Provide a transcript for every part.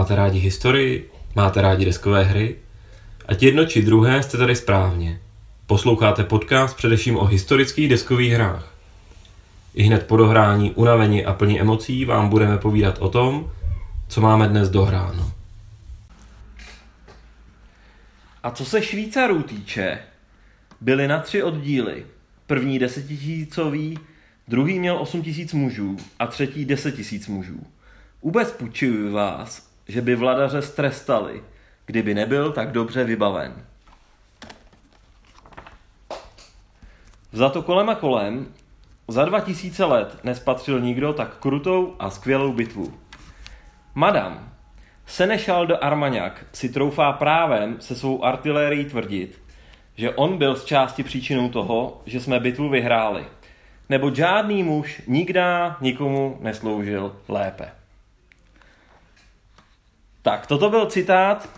Máte rádi historii? Máte rádi deskové hry? Ať jedno či druhé jste tady správně. Posloucháte podcast především o historických deskových hrách. I hned po dohrání, unavení a plní emocí vám budeme povídat o tom, co máme dnes dohráno. A co se Švýcarů týče, byly na 3 oddíly. První 10 000, druhý měl 8 000 mužů a třetí 10 000 mužů. Ubezpečuji vás, že by vladaře strestali, kdyby nebyl tak dobře vybaven. Vzato kolem a kolem, za 2000 let nespatřil nikdo tak krutou a skvělou bitvu. Madame Sénéchal de Armagnac si troufá právem se svou artilérií tvrdit, že on byl z části příčinou toho, že jsme bitvu vyhráli, nebo žádný muž nikdy nikomu nesloužil lépe. Tak, toto byl citát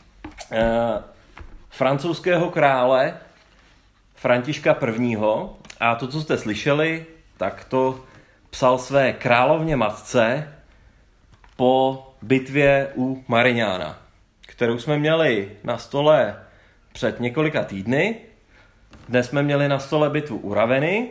francouzského krále Františka I. A to, co jste slyšeli, tak to psal své královně matce po bitvě u Marignana, kterou jsme měli na stole před několika týdny. Dnes jsme měli na stole bitvu u Raveny.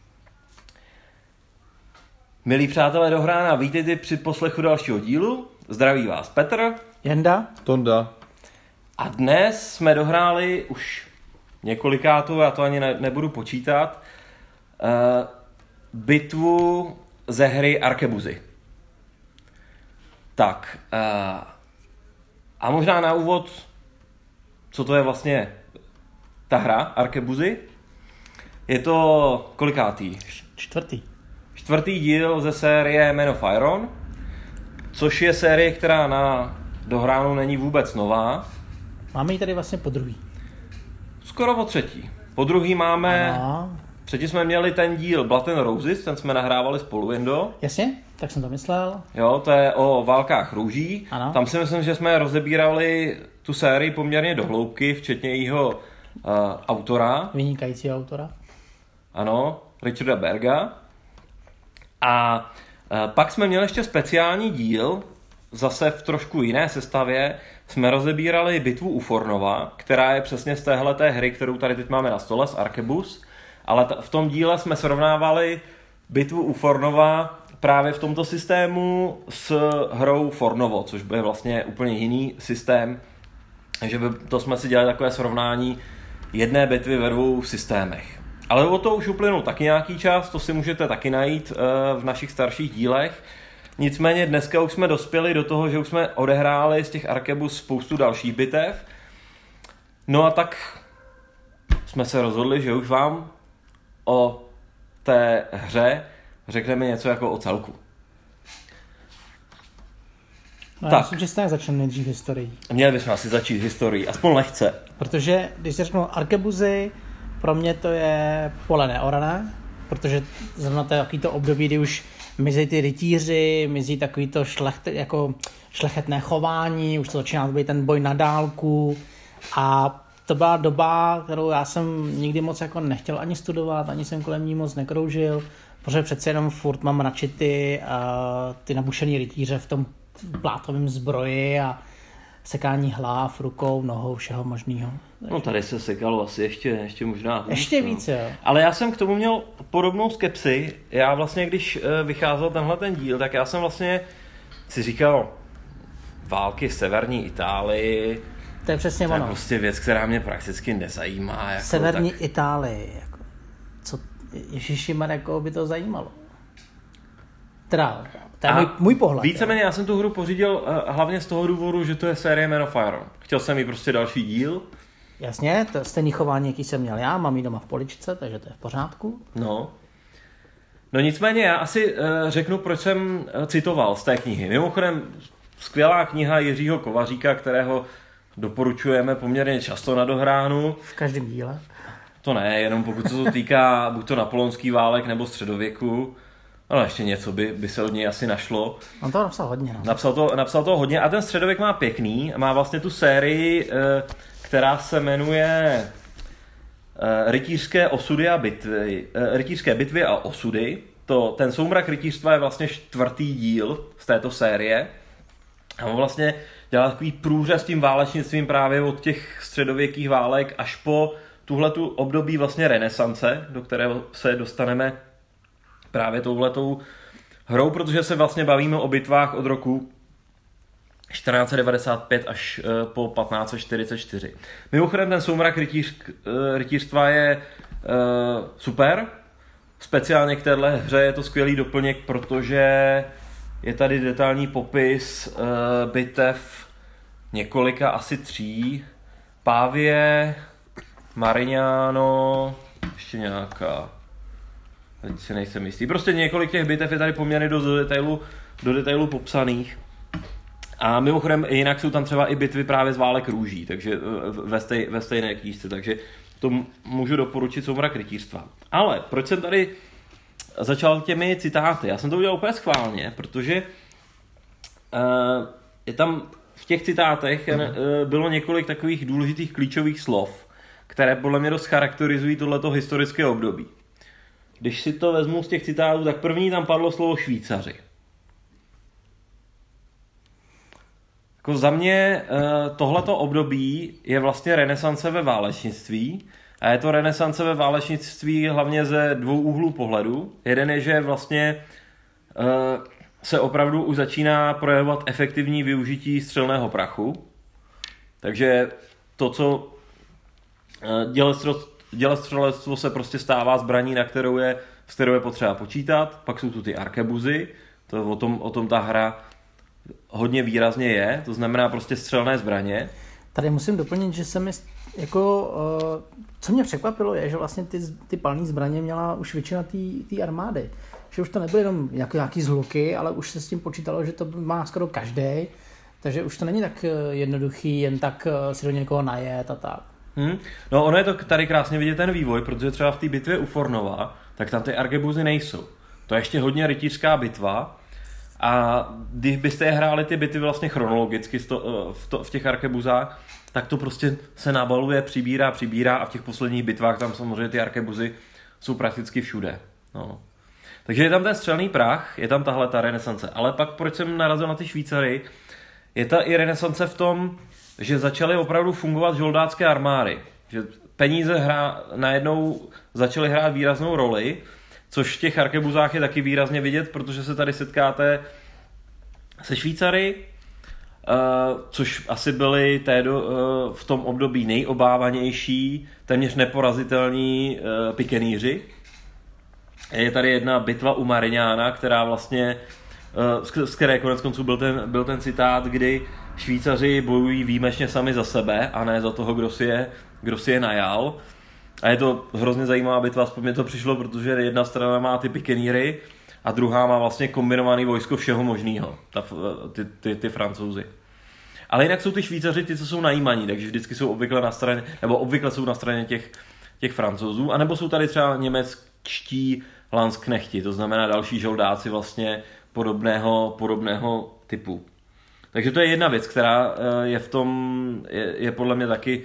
Milí přátelé, dohrána, vítejte při poslechu dalšího dílu. Zdraví vás Petr, Jenda, Tonda. A dnes jsme dohráli už několikátou, já to ani nebudu počítat, bitvu ze hry Arkebuzy. Tak, a možná na úvod, co to je vlastně ta hra Arkebuzy? Je to kolikátý? Čtvrtý díl ze série Men of Iron, což je série, která na dohránu není vůbec nová. Máme ji tady vlastně po druhý. Skoro po třetí. Po druhý máme... Ano. Předtím jsme měli ten díl Blood and Roses, ten jsme nahrávali spolu, Jendo. Jasně, tak jsem to myslel. Jo, to je o válkách růží. Ano. Tam si myslím, že jsme rozebírali tu sérii poměrně do hloubky, včetně jejího autora. Vynikajícího autora. Ano, Richarda Berga. A pak jsme měli ještě speciální díl, zase v trošku jiné sestavě, jsme rozebírali bitvu u Fornova, která je přesně z téhleté hry, kterou tady teď máme na stole, z Arquebus, ale v tom díle jsme srovnávali bitvu u Fornova právě v tomto systému s hrou Fornovo, což byl vlastně úplně jiný systém, že to jsme si dělali takové srovnání jedné bitvy ve 2 systémech. Ale o to už uplynul taky nějaký čas, to si můžete taky najít v našich starších dílech. Nicméně dneska už jsme dospěli do toho, že už jsme odehráli z těch Arquebus spoustu dalších bitev. No a tak jsme se rozhodli, že už vám o té hře řekneme něco jako o celku. No, já myslím, že jste začali nejdřív historií. Měli bychom asi začít historií, aspoň lehce. Protože když se řeknu Arkebuzy, pro mě to je pole neorané, protože zrovna to je takovýto období, kdy už mizí ty rytíři, mizí takovýto šlechetné chování, už to začíná být ten boj na dálku a to byla doba, kterou já jsem nikdy moc jako nechtěl ani studovat, ani jsem kolem ní moc nekroužil, protože přece jenom furt mám radši ty nabušený rytíře v tom plátovém zbroji a sekání hlav, rukou, nohou, všeho možného. No tady se sekalo asi ještě možná hůř. Ještě více, jo. Ale já jsem k tomu měl podobnou skepsi. Já vlastně, když vycházel tenhle ten díl, tak já jsem vlastně si říkal války v severní Itálii. To je přesně ono. To je prostě věc, která mě prakticky nezajímá. Jako, severní Itálii. Jako, co ježišimar, jako by to zajímalo. Teda, to je můj pohled. Víceméně já jsem tu hru pořídil hlavně z toho důvodu, že to je série Men of Iron. Chtěl jsem jí prostě další díl. Jasně, to je stejný chování, jaký jsem měl já, mám ji doma v poličce, takže to je v pořádku. No nicméně já asi řeknu, proč jsem citoval z té knihy. Mimochodem skvělá kniha Jiřího Kovaříka, kterého doporučujeme poměrně často na dohránu. V každém díle. To ne, jenom pokud se to týká buď to napoleonský válek nebo středověku. Ale ještě něco by se od něj asi našlo. On to napsal hodně. No. Napsal to hodně a ten středověk má pěkný. Má vlastně tu sérii, která se jmenuje Rytířské bitvy a osudy. Ten soumrak rytířstva je vlastně 4. díl z této série. A on vlastně dělá takový průřez tím válečnictvím právě od těch středověkých válek až po tuhletu období vlastně renesance, do kterého se dostaneme právě touhletou hrou, protože se vlastně bavíme o bitvách od roku 1495 až po 1544. Mimochodem ten soumrak rytířstva je super. Speciálně k téhle hře je to skvělý doplněk, protože je tady detailní popis bitev několika, asi 3. Pavie, Marignano, ještě nějaká. Teď si nejsem jistý. Prostě několik těch bitev je tady poměrně do detailu popsaných. A mimochodem jinak jsou tam třeba i bitvy právě z válek růží, takže ve stejné knížce, takže to můžu doporučit soumrak rytířstva. Ale proč jsem tady začal těmi citáty? Já jsem to udělal úplně schválně, protože je tam v těch citátech bylo několik takových důležitých klíčových slov, které podle mě dost charakterizují tohleto historické období. Když si to vezmu z těch citátů, tak první tam padlo slovo Švýcaři. Jako za mě tohleto období je vlastně renesance ve válečnictví a je to renesance ve válečnictví hlavně ze 2 úhlů pohledu. Jeden je, že vlastně se opravdu už začíná projevovat efektivní využití střelného prachu. Takže to, co dělostřelectvo se prostě stává zbraní, s kterou je potřeba počítat. Pak jsou tu ty arkebuzy, to o tom ta hra hodně výrazně je, to znamená prostě střelné zbraně. Tady musím doplnit, že se mi jako, co mě překvapilo je, že vlastně ty palné zbraně měla už většina té armády. Že už to nebyly jenom nějaký zhluky, ale už se s tím počítalo, že to má skoro každý, takže už to není tak jednoduchý, jen tak si do někoho najet a tak. No ono je to tady krásně vidět ten vývoj, protože třeba v té bitvě u Fornova, tak tam ty arkebuzy nejsou. To je ještě hodně rytířská bitva a když byste je hráli ty bitvy vlastně chronologicky v těch arkebuzách, tak to prostě se nabaluje, přibírá a v těch posledních bitvách tam samozřejmě ty arkebuzy jsou prakticky všude. No. Takže je tam ten střelný prach, je tam tahle ta renesance. Ale pak proč jsem narazil na ty Švýcary, je ta i renesance v tom, že začaly opravdu fungovat žoldácké armády. Že peníze najednou začaly hrát výraznou roli, což v těch arkebuzách je taky výrazně vidět, protože se tady setkáte se Švýcary, což asi byli v tom období nejobávanější, téměř neporazitelní pikeníři. Je tady jedna bitva u Marignana, která vlastně, z které konec konců byl ten citát, kdy Švýcaři bojují výjimečně sami za sebe a ne za toho, kdo si je najal. A je to hrozně zajímavá bitva, aspoň mi to přišlo, protože jedna strana má ty pikeníry a druhá má vlastně kombinovaný vojsko všeho možného, ty Francouzi. Ale jinak jsou ty Švýcaři ty, co jsou najímaní, takže vždycky jsou obvykle jsou na straně těch Francouzů, anebo jsou tady třeba němečtí Landsknechti, to znamená další žoldáci vlastně podobného typu. Takže to je jedna věc, která je v tom, je podle mě taky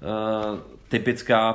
typická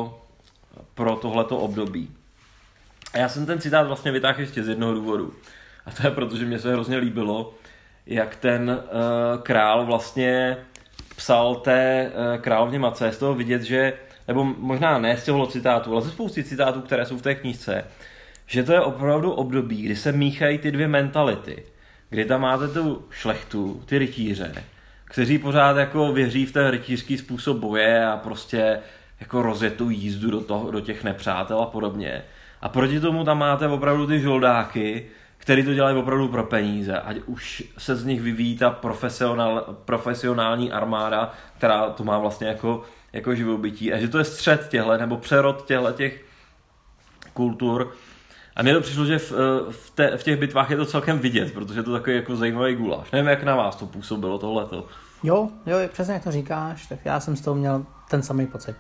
pro tohleto období. A já jsem ten citát vlastně vytáhl ještě z jednoho důvodu. A to je proto, že mě se hrozně líbilo, jak ten král vlastně psal té královně Matce. Z toho vidět, že, nebo možná ne z těchto citátů, ale ze spousty citátů, které jsou v té knížce, že to je opravdu období, kdy se míchají ty dvě mentality. Kdy tam máte tu šlechtu, ty rytíře, kteří pořád jako věří v ten rytířský způsob boje a prostě jako rozjetou jízdu do těch nepřátel a podobně. A proti tomu tam máte opravdu ty žoldáky, který to dělají opravdu pro peníze. Ať už se z nich vyvíjí ta profesionální armáda, která to má vlastně jako živobytí. A že to je střed nebo přerod těch kultur. A mně to přišlo, že v těch bitvách je to celkem vidět, protože je to takový jako zajímavý guláš. Nevím, jak na vás to působilo tohleto. Jo, přesně jak to říkáš, tak já jsem z toho měl ten samý pocit.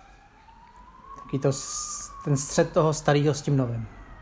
Taký ten střed toho starého s tím novým.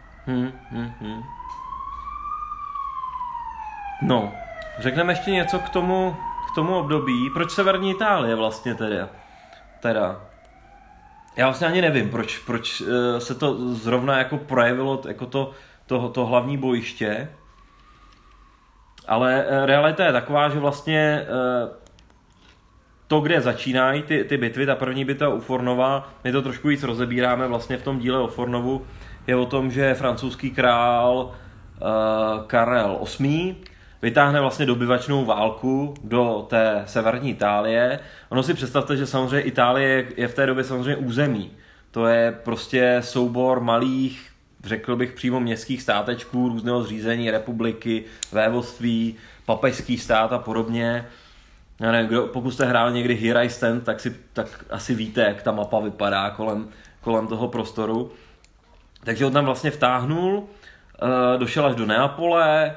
No, řekneme ještě něco k tomu období. Proč severní Itálie vlastně teda? Já vlastně ani nevím, proč se to zrovna jako projevilo jako to hlavní bojiště. Ale realita je taková, že vlastně to, kde začínají ty bitvy, ta první bitva u Fornova, my to trošku víc rozebíráme vlastně v tom díle o Fornovu, je o tom, že francouzský král Karel VIII vytáhne vlastně dobyvačnou válku do té severní Itálie. Ono si představte, že samozřejmě Itálie je v té době samozřejmě území. To je prostě soubor malých, řekl bych přímo městských státečků, různého zřízení, republiky, vévodství, papežský stát a podobně. Já nevím, pokud jste hráli někdy Here I Stand, tak asi víte, jak ta mapa vypadá kolem toho prostoru. Takže on tam vlastně vtáhnul, došel až do Neapole,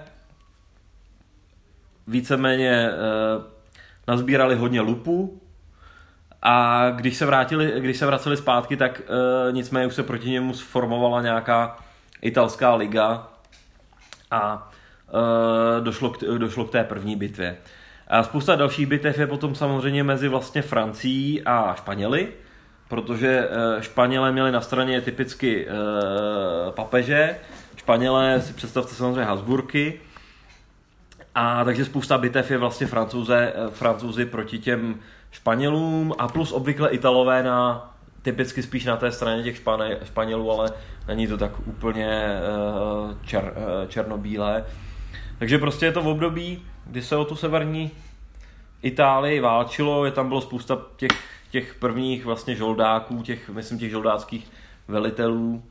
víceméně nazbírali hodně lupu a když se vraceli zpátky, tak nicméně už se proti němu sformovala nějaká italská liga a došlo k té první bitvě. A spousta dalších bitev je potom samozřejmě mezi vlastně Francií a Španěli, protože Španělé měli na straně typicky papeže, Španělé si představte samozřejmě Habsburky, a takže spousta bitev je vlastně Francouzi proti těm Španělům a plus obvykle Italové typicky spíš na té straně těch Španělů, ale není to tak úplně černobílé. Takže prostě je to v období, kdy se o tu severní Itálii válčilo, tam bylo spousta těch prvních vlastně žoldáků, těch žoldáckých velitelů.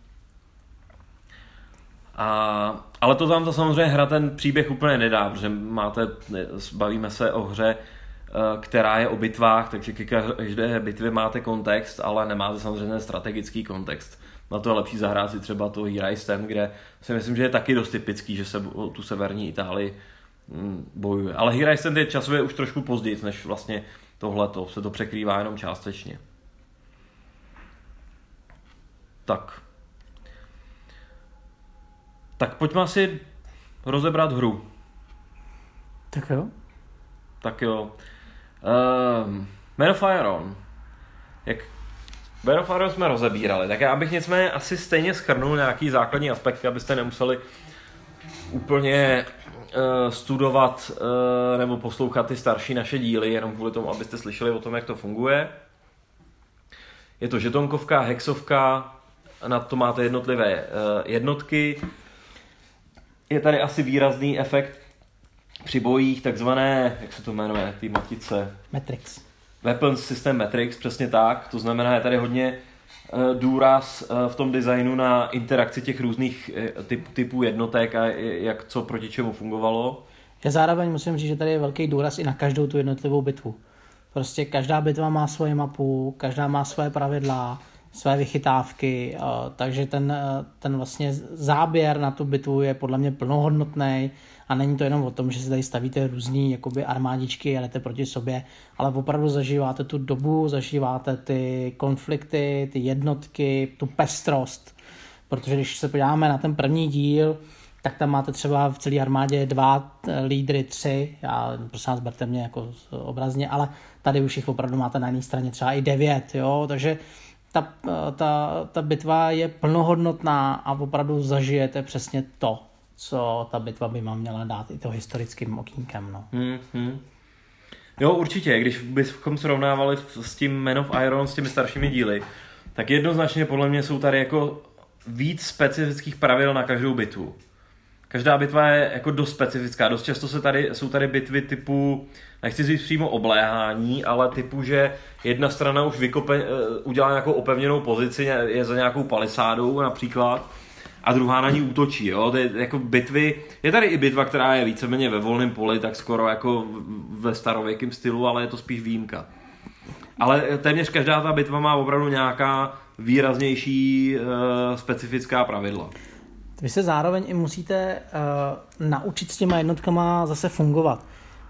Ale to tam samozřejmě hra ten příběh úplně nedá, protože bavíme se o hře, která je o bitvách, takže ke každé bitvě máte kontext, ale nemáte samozřejmě strategický kontext. Na to je lepší zahrát si třeba to Here I Stand, kde si myslím, že je taky dost typický, že se o tu severní Itálii bojuje. Ale Here I Stand je časově už trošku později, než vlastně tohleto, se to překrývá jenom částečně. Tak pojďme si rozebrat hru. Tak jo. Man of Iron. Man of Iron jsme rozebírali, tak já bych nicméně asi stejně shrnul nějaký základní aspekty, abyste nemuseli úplně studovat nebo poslouchat ty starší naše díly, jenom kvůli tomu, abyste slyšeli o tom, jak to funguje. Je to žetonkovka, hexovka, na to máte jednotlivé jednotky. Je tady asi výrazný efekt při bojích, takzvané, jak se to jmenuje, ty matice? Matrix. Weapons System Matrix, přesně tak. To znamená, je tady hodně důraz v tom designu na interakci těch různých typů jednotek a jak co proti čemu fungovalo. Já zároveň musím říct, že tady je velký důraz i na každou tu jednotlivou bitvu. Prostě každá bitva má svoji mapu, každá má svoje pravidla, své vychytávky, takže ten vlastně záběr na tu bitvu je podle mě plnohodnotný a není to jenom o tom, že si tady stavíte různý jakoby armádičky a jdete proti sobě, ale opravdu zažíváte tu dobu, zažíváte ty konflikty, ty jednotky, tu pestrost, protože když se podíváme na ten první díl, tak tam máte třeba v celé armádě 2 lídry, 3, já prosím vás, berte mě jako obrazně, ale tady už jich opravdu máte na jedné straně třeba i 9, jo, takže ta bitva je plnohodnotná a opravdu zažijete přesně to, co ta bitva by vám měla dát i to historickým okýnkem. No. Jo, určitě, když bychom srovnávali s tím Man of Iron, s těmi staršími díly, tak jednoznačně podle mě jsou tady jako víc specifických pravidel na každou bitvu. Každá bitva je jako dost specifická, dost často jsou tady bitvy typu, nechci říct přímo obléhání, ale typu, že jedna strana už udělá nějakou opevněnou pozici, je za nějakou palisádou například, a druhá na ní útočí. Jo? To je jako bitvy, je tady i bitva, která je víceméně ve volném poli, tak skoro jako ve starověkém stylu, ale je to spíš výjimka. Ale téměř každá ta bitva má opravdu nějaká výraznější specifická pravidla. Vy se zároveň i musíte naučit s těma jednotkama zase fungovat.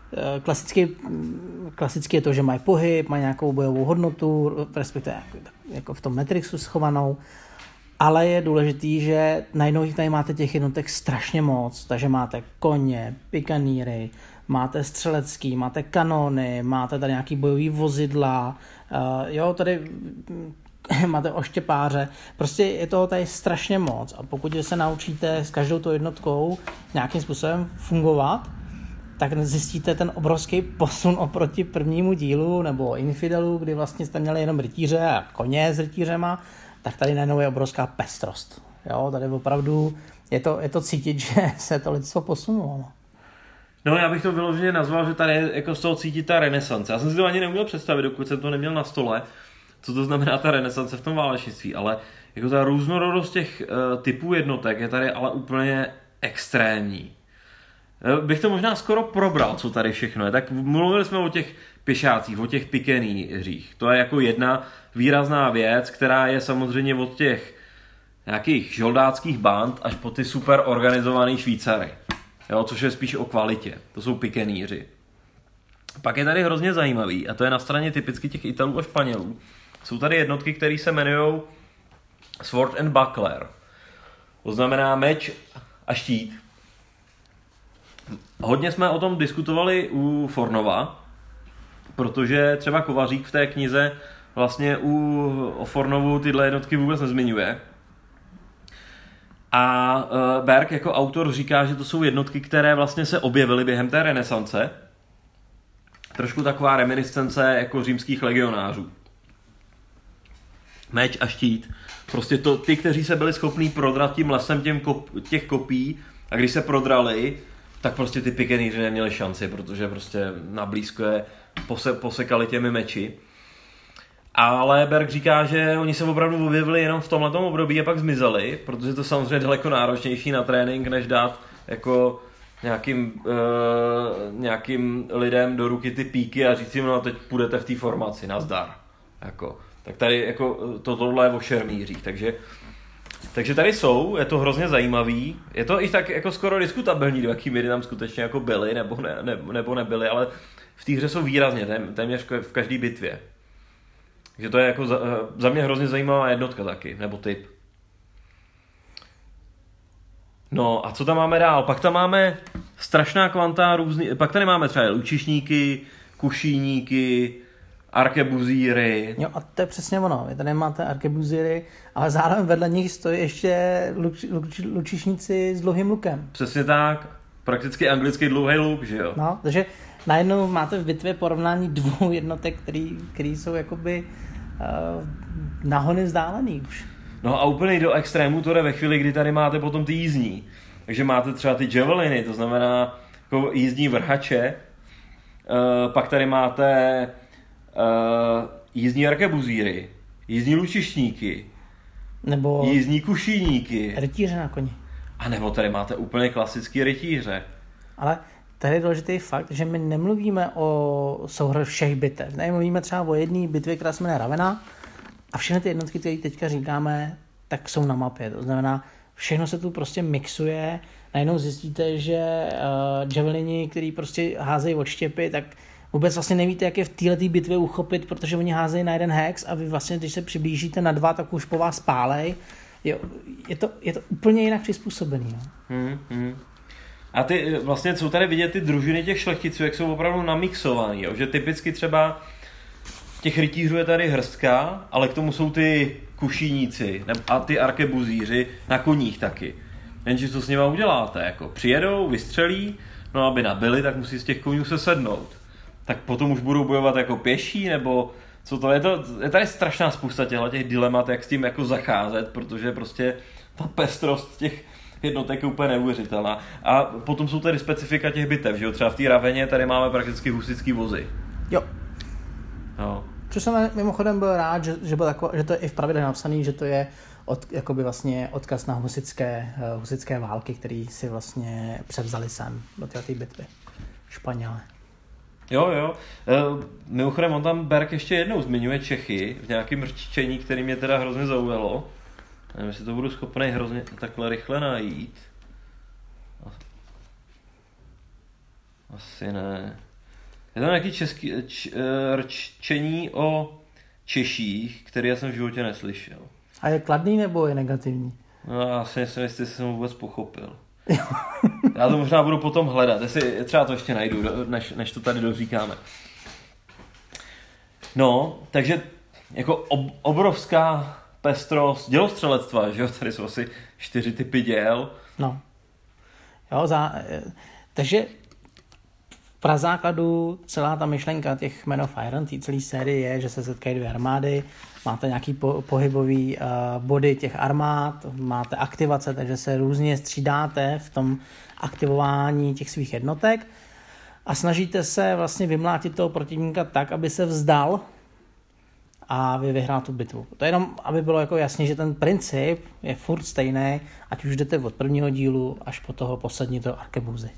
Klasicky je to, že mají pohyb, mají nějakou bojovou hodnotu, respektive jako v tom Matrixu schovanou, ale je důležitý, že najednou jich tady máte těch jednotek strašně moc, takže máte koně, pikaníry, máte střelecký, máte kanóny, máte tady nějaký bojový vozidla, jo, tady máte oštěpáře, prostě je toho tady strašně moc a pokud se naučíte s každou tou jednotkou nějakým způsobem fungovat, tak zjistíte ten obrovský posun oproti prvnímu dílu nebo Infidelu, kdy vlastně jste měli jenom rytíře a koně s rytířema, tak tady najednou je obrovská pestrost. Jo, tady opravdu je to cítit, že se to lidstvo posunulo. No, já bych to vyloženě nazval, že tady je jako z toho cítit ta renesance. Já jsem si to ani neuměl představit, dokud jsem to neměl na stole, co to znamená ta renesance v tom válečnictví, ale jako ta různorodost těch typů jednotek je tady ale úplně extrémní. Bych to možná skoro probral, co tady všechno je. Tak mluvili jsme o těch pěšácích, o těch pikenířích. To je jako jedna výrazná věc, která je samozřejmě od těch nějakých žoldáckých band až po ty super organizovaný Švýcary. Jo, což je spíš o kvalitě. To jsou pikeníři. Pak je tady hrozně zajímavý, a to je na straně typicky těch Italů a Španělů. Jsou tady jednotky, které se jmenují Sword and Buckler. To znamená meč a štít. Hodně jsme o tom diskutovali u Fornova, protože třeba Kovařík v té knize vlastně o Fornovu tyhle jednotky vůbec nezmiňuje. A Berg jako autor říká, že to jsou jednotky, které vlastně se objevily během té renesance. Trošku taková reminiscence jako římských legionářů. Meč a štít. Prostě ty, kteří se byli schopní prodrat tím lesem těch kopí, a když se prodrali, tak prostě ty pikeníři neměli šanci, protože prostě nablízko je posekali těmi meči. Ale Berg říká, že oni se opravdu objevili jenom v tomhletom období a pak zmizeli, protože to samozřejmě daleko náročnější na trénink, než dát jako nějakým lidem do ruky ty píky a říct jim, no teď půjdete v té formaci, nazdar. Jako. Tak tady jako tohle je o šermířích, takže tady jsou, je to hrozně zajímavý, je to i tak jako skoro diskutabilní, do jaký míry tam skutečně jako byli nebo nebyli, ale v té hře jsou výrazně, téměř v každé bitvě. Takže to je jako za mě hrozně zajímavá jednotka taky, nebo typ. No a co tam máme dál? Pak tam máme strašná kvanta různý, pak tady máme třeba lučišníky, kušíníky, arkebuzíry. Jo, a to je přesně ono. Vy tady máte arkebuzíry, ale zároveň vedle nich stojí ještě lučišníci s dlouhým lukem. Přesně tak. Prakticky anglický dlouhý luk, že jo? No, takže najednou máte v bitvě porovnání dvou jednotek, který jsou jakoby nahony vzdálený už. No a úplně do extrému to jde ve chvíli, kdy tady máte potom ty jízdní. Takže máte třeba ty javeliny, to znamená jako jízdní vrhače. Pak tady máte jízdní arkebuzíry, jízdní lučišníky, nebo jízdní kušíníky. Rytíře na koni. A nebo tady máte úplně klasický rytíře. Ale tady je důležitý fakt, že my nemluvíme o souhře všech bitev. Nemluvíme třeba o jedné bitvě, která se jmenuje Ravenna, a všechny ty jednotky, které teďka říkáme, tak jsou na mapě. To znamená, všechno se tu prostě mixuje. Najednou zjistíte, že javelini, který prostě házejí od štěpy, tak vůbec vlastně nevíte, jak je v této bitvě uchopit, protože oni házejí na jeden hex a vy vlastně, když se přiblížíte na 2, tak už po vás pálej. Je to úplně jinak přizpůsobený. No. A ty vlastně jsou tady vidět ty družiny těch šlechticů, jak jsou opravdu namixovaný, jo? Že typicky třeba těch rytířů je tady hrstka, ale k tomu jsou ty kušíníci a ty arkebuzíři na koních taky. Jenže co s nima uděláte? Jako přijedou, vystřelí, no aby nabili, tak musí z těch koní se sednout. Tak potom už budou bojovat jako pěší, nebo co to je? Je tady strašná spousta těch dilemat, jak s tím jako zacházet, protože prostě ta pestrost těch jednotek je úplně neuvěřitelná. A potom jsou tady specifika těch bitev, že jo? Třeba v té Raveně tady máme prakticky husický vozy. Jo. No. Což jsem mimochodem byl rád, že to je i v pravidle napsaný, že to je jakoby vlastně odkaz na husické války, který si vlastně převzali sem do té bitvy. Španělé. Jo. Mimochodem on tam Berg ještě jednou zmiňuje Čechy v nějakém řečení, který mě teda hrozně zaujalo. Nevím, jestli to budu schopný hrozně takhle rychle najít. Asi ne. Je tam nějaký řečení o Češích, který já jsem v životě neslyšel. A je kladný nebo je negativní? No, já si nejsem, jestli jsem vůbec pochopil. Já to možná budu potom hledat, jestli třeba to ještě najdu, než to tady doříkáme. No, takže jako obrovská pestrost dělostřelectva, že jo, tady jsou asi 4 typy děl. No. Jo, takže prazákladu celá ta myšlenka těch Men of Iron, té celé série je, že se setkají dvě armády, máte nějaký pohybový body těch armád, máte aktivace, takže se různě střídáte v tom aktivování těch svých jednotek a snažíte se vlastně vymlátit toho protivníka tak, aby se vzdal a vy vyhrál tu bitvu. To je jenom, aby bylo jako jasně, že ten princip je furt stejný, ať už jdete od prvního dílu až po toho poslední toho Arkebuzy.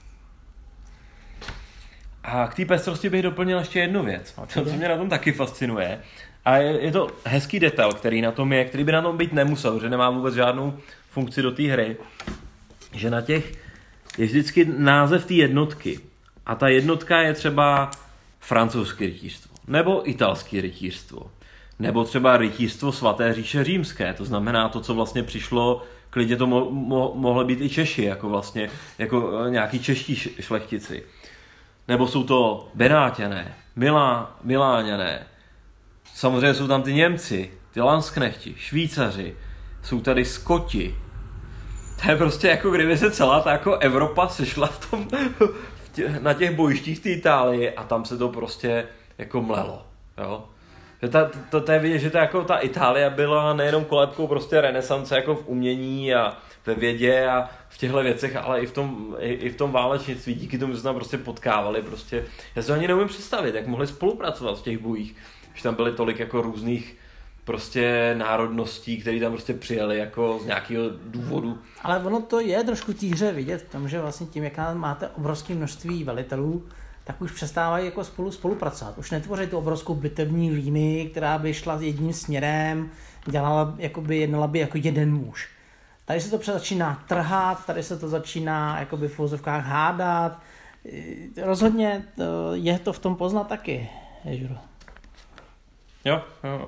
A k té pestrosti bych doplnil ještě jednu věc, co mě na tom taky fascinuje. A je to hezký detail, který na tom je, který by na tom být nemusel, že nemá vůbec žádnou funkci do té hry. Že na těch je vždycky název té jednotky. A ta jednotka je třeba francouzské rytířstvo, nebo italské rytířstvo, nebo třeba rytířstvo svaté říše římské. To znamená to, co vlastně přišlo, klidně to mohly být i Češi, jako vlastně, jako nějaký čeští šlechtici. Nebo jsou to Benáťané, Miláňané, samozřejmě jsou tam ty Němci, ty Landsknechti, Švýcaři, jsou tady Skoti. To je prostě jako kdyby se celá ta jako Evropa sešla na těch bojištích v té Itálii a tam se to prostě jako mlelo. Jo? To je vidět, že to jako ta Itálie byla nejenom kolébkou prostě renesance jako v umění a ve vědě a v těchto věcech, ale i v tom válečnictví, díky tomu, že se tam prostě potkávali, prostě, já si to ani neumím představit, jak mohli spolupracovat v těch bojích, že tam byly tolik jako různých prostě národností, které tam prostě přijeli jako z nějakého důvodu. Ale ono to je trošku té hře vidět v tom, že vlastně tím, jak máte obrovské množství velitelů, tak už přestávají jako spolupracovat. Už netvoří tu obrovskou bitevní línii, která by šla jedním směrem, jednala by jako jeden muž. Tady se to začíná trhat, tady se to začíná jakoby v uvozovkách hádat. Rozhodně je to v tom poznat taky, Ježuro. Jo.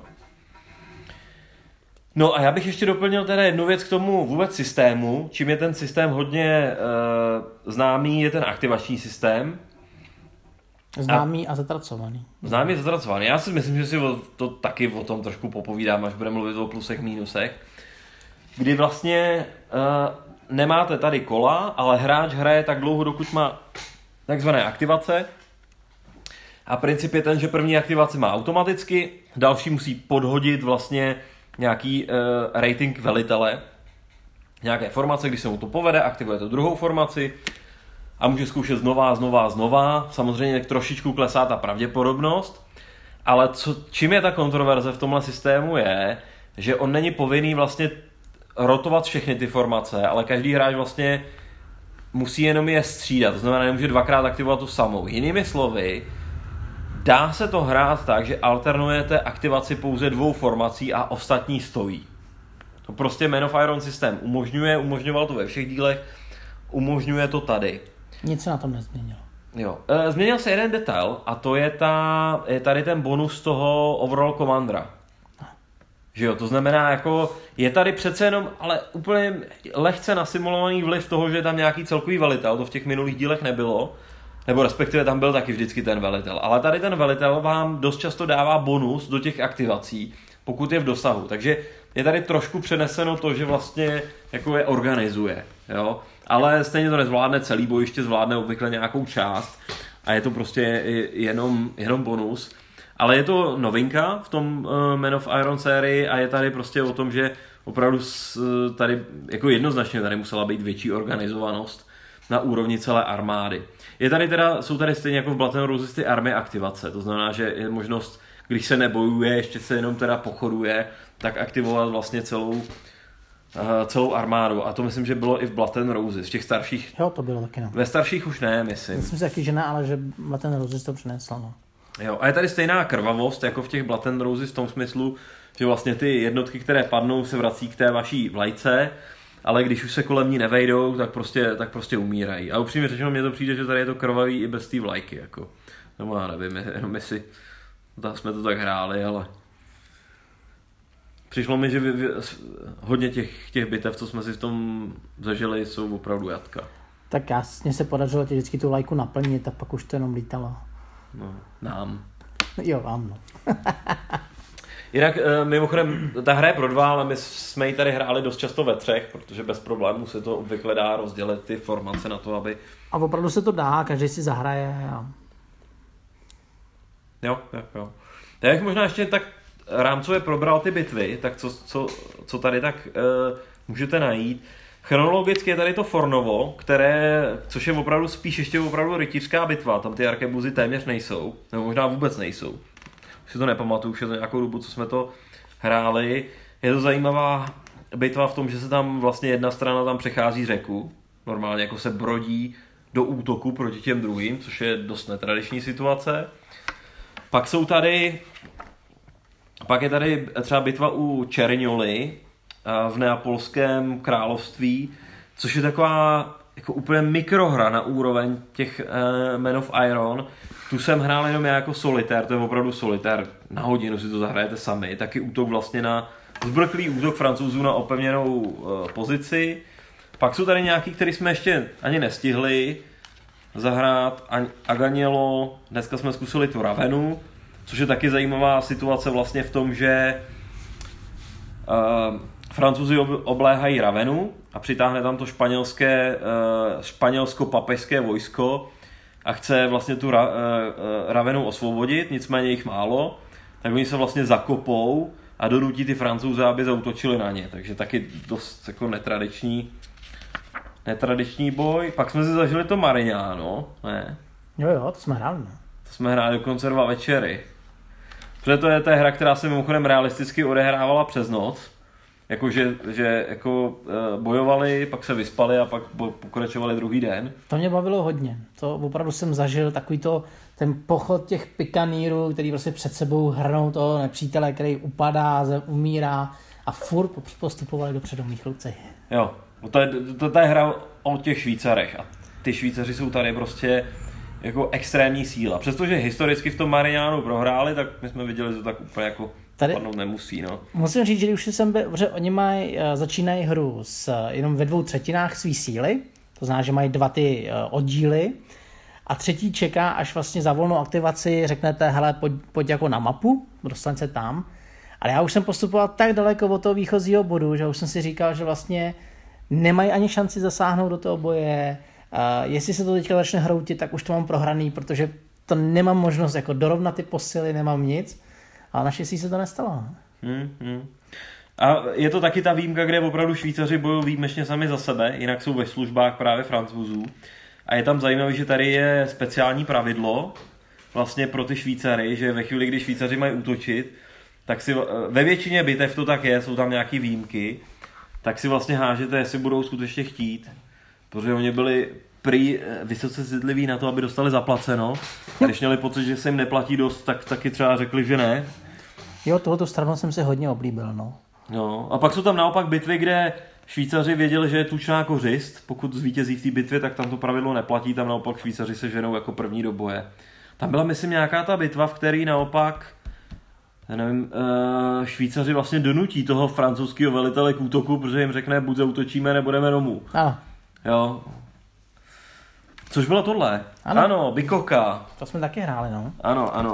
No a já bych ještě doplnil teda jednu věc k tomu vůbec systému. Čím je ten systém hodně známý, je ten aktivační systém. Známý a zatracovaný. Já si myslím, že si to taky o tom trošku popovídám, až budeme mluvit o plusech, mínusech. Kdy vlastně nemáte tady kola, ale hráč hraje tak dlouho, dokud má takzvané aktivace. A princip je ten, že první aktivace má automaticky, další musí podhodit vlastně nějaký rating velitele, nějaké formace, když se mu to povede, aktivuje to druhou formaci a může zkoušet znova. Samozřejmě trošičku klesá ta pravděpodobnost, ale čím je ta kontroverze v tomhle systému je, že on není povinný vlastně rotovat všechny ty formace, ale každý hráč vlastně musí jenom je střídat, to znamená, nemůže dvakrát aktivovat tu samou. Jinými slovy, dá se to hrát tak, že alternujete aktivaci pouze dvou formací a ostatní stojí. To prostě Men of Iron systém umožňoval to ve všech dílech, umožňuje to tady. Nic se na tom nezměnilo. Jo. Změnil se jeden detail a to je tady ten bonus toho overall commandera. Že jo, to znamená, jako je tady přece jenom, ale úplně lehce nasimulovaný vliv toho, že je tam nějaký celkový velitel, to v těch minulých dílech nebylo, nebo respektive tam byl taky vždycky ten velitel, ale tady ten velitel vám dost často dává bonus do těch aktivací, pokud je v dosahu, takže je tady trošku přeneseno to, že vlastně jako je organizuje, jo, ale stejně to nezvládne celý bojiště, zvládne obvykle nějakou část a je to prostě jenom bonus. Ale je to novinka v tom Men of Iron sérii a je tady prostě o tom, že opravdu tady jako jednoznačně tady musela být větší organizovanost na úrovni celé armády. Jsou tady stejně jako v Blood and Roses ty army aktivace, to znamená, že je možnost, když se nebojuje, ještě se jenom teda pochoduje, tak aktivovat vlastně celou armádu. A to myslím, že bylo i v Blood and Roses, v těch starších. Jo, to bylo taky, no. Ve starších už ne, myslím. Myslím si taky, že ne, ale že Blood and Roses to přinesla, no. Jo, a je tady stejná krvavost, jako v těch Blood and Roses v tom smyslu, že vlastně ty jednotky, které padnou, se vrací k té vaší vlajce, ale když už se kolem ní nevejdou, tak prostě umírají. A upřímně řečeno, mně to přijde, že tady je to krvavý i bez té vlajky, jako. Nebo já nevím, jenom jestli jsme to tak hráli, ale přišlo mi, že hodně těch bitev, co jsme si v tom zažili, jsou opravdu jatka. Tak mně se podařilo ti vždycky tu vlajku naplnit a pak už to jenom lítalo. No, nám. Jo, vám, no. Jinak mimochodem, ta hra je pro 2, ale my jsme ji tady hráli dost často ve 3, protože bez problémů se to obvykle dá rozdělit ty formace na to, aby... A opravdu se to dá, každý si zahraje. A... Jo. Já bych možná ještě tak rámcově probral ty bitvy, tak co tady tak můžete najít. Chronologicky je tady to Fornovo, což je opravdu spíš ještě opravdu rytířská bitva, tam ty arkebuzy téměř nejsou, nebo možná vůbec nejsou. Už si to nepamatuju, už je to nějakou dobu, co jsme to hráli. Je to zajímavá bitva v tom, že se tam vlastně jedna strana tam přechází řeku, normálně jako se brodí do útoku proti těm druhým, což je dost netradiční situace. Pak je tady třeba bitva u Černioli v Neapolském království, což je taková jako úplně mikrohra na úroveň těch Men of Iron. Tu jsem hrál jenom jako solitér, to je opravdu solitér, na hodinu si to zahrajete sami, taky útok vlastně na zbrklý útok Francouzů na opevněnou pozici. Pak jsou tady nějaký, který jsme ještě ani nestihli zahrát, Aganiello, dneska jsme zkusili tu Ravenu, což je taky zajímavá situace vlastně v tom, že Francouzi obléhají Ravenu a přitáhne tam to španělsko-papežské vojsko a chce vlastně tu Ravenu osvobodit, nicméně jich málo, tak oni se vlastně zakopou a donutí ty Francouze, aby zaútočili na ně, takže taky dost jako netradiční boj. Pak jsme si zažili to Marignano, ne? Jo, to jsme hráli, ne? To jsme hráli dokonce 2 večery. Protože to je ta hra, která se mimochodem realisticky odehrávala přes noc. Jakože bojovali, pak se vyspali a pak pokračovali druhý den. To mě bavilo hodně. To opravdu jsem zažil ten pochod těch pikanírů, který prostě před sebou hrnou toho nepřítele, který upadá, umírá a furt postupovali dopředu mých kluci. Jo, to je hra o těch Švýcarech a ty Švýcaři jsou tady prostě jako extrémní síla. Přestože historicky v tom Marignanu prohráli, tak my jsme viděli, že to tak úplně jako padnout nemusí. No. Musím říct, že už jsem byl, protože oni začínají hru jenom ve 2/3 své síly, to znamená, že mají 2 ty oddíly a třetí čeká, až vlastně za volnou aktivaci řeknete, hele, pojď jako na mapu, dostaň se tam. Ale já už jsem postupoval tak daleko od toho výchozího bodu, že už jsem si říkal, že vlastně nemají ani šanci zasáhnout do toho boje. Jestli se to teďka začne hroutit, tak už to mám prohraný, protože to nemám možnost jako dorovnat ty posily, nemám nic. Ale naštěstí se to nestalo. A je to taky ta výjimka, kde opravdu Švýcaři bojují výjimečně sami za sebe, jinak jsou ve službách právě Francouzů. A je tam zajímavé, že tady je speciální pravidlo vlastně pro ty Švýcary, že ve chvíli, kdy Švýcaři mají útočit, tak si ve většině bitev to tak je, jsou tam nějaký výjimky, tak si vlastně hážete, jestli budou skutečně chtít. Protože oni byli prý vysoce citliví na to, aby dostali zaplaceno. A když měli pocit, že se jim neplatí dost, tak taky třeba řekli, že ne. Jo, tohoto stranu jsem si hodně oblíbil, no. No, a pak jsou tam naopak bitvy, kde Švýcaři věděli, že je tučná kořist. Pokud zvítězí v té bitvě, tak tam to pravidlo neplatí, tam naopak Švýcaři se ženou jako první do boje. Tam byla, myslím, nějaká ta bitva, v které naopak Švýcaři vlastně donutí toho francouzského velitele k útoku, protože jim řekne, buď zaútočíme, nebo jdeme domů. Jo. Což bylo tohle? Ano, Bikoka. To jsme taky hráli, no. Ano.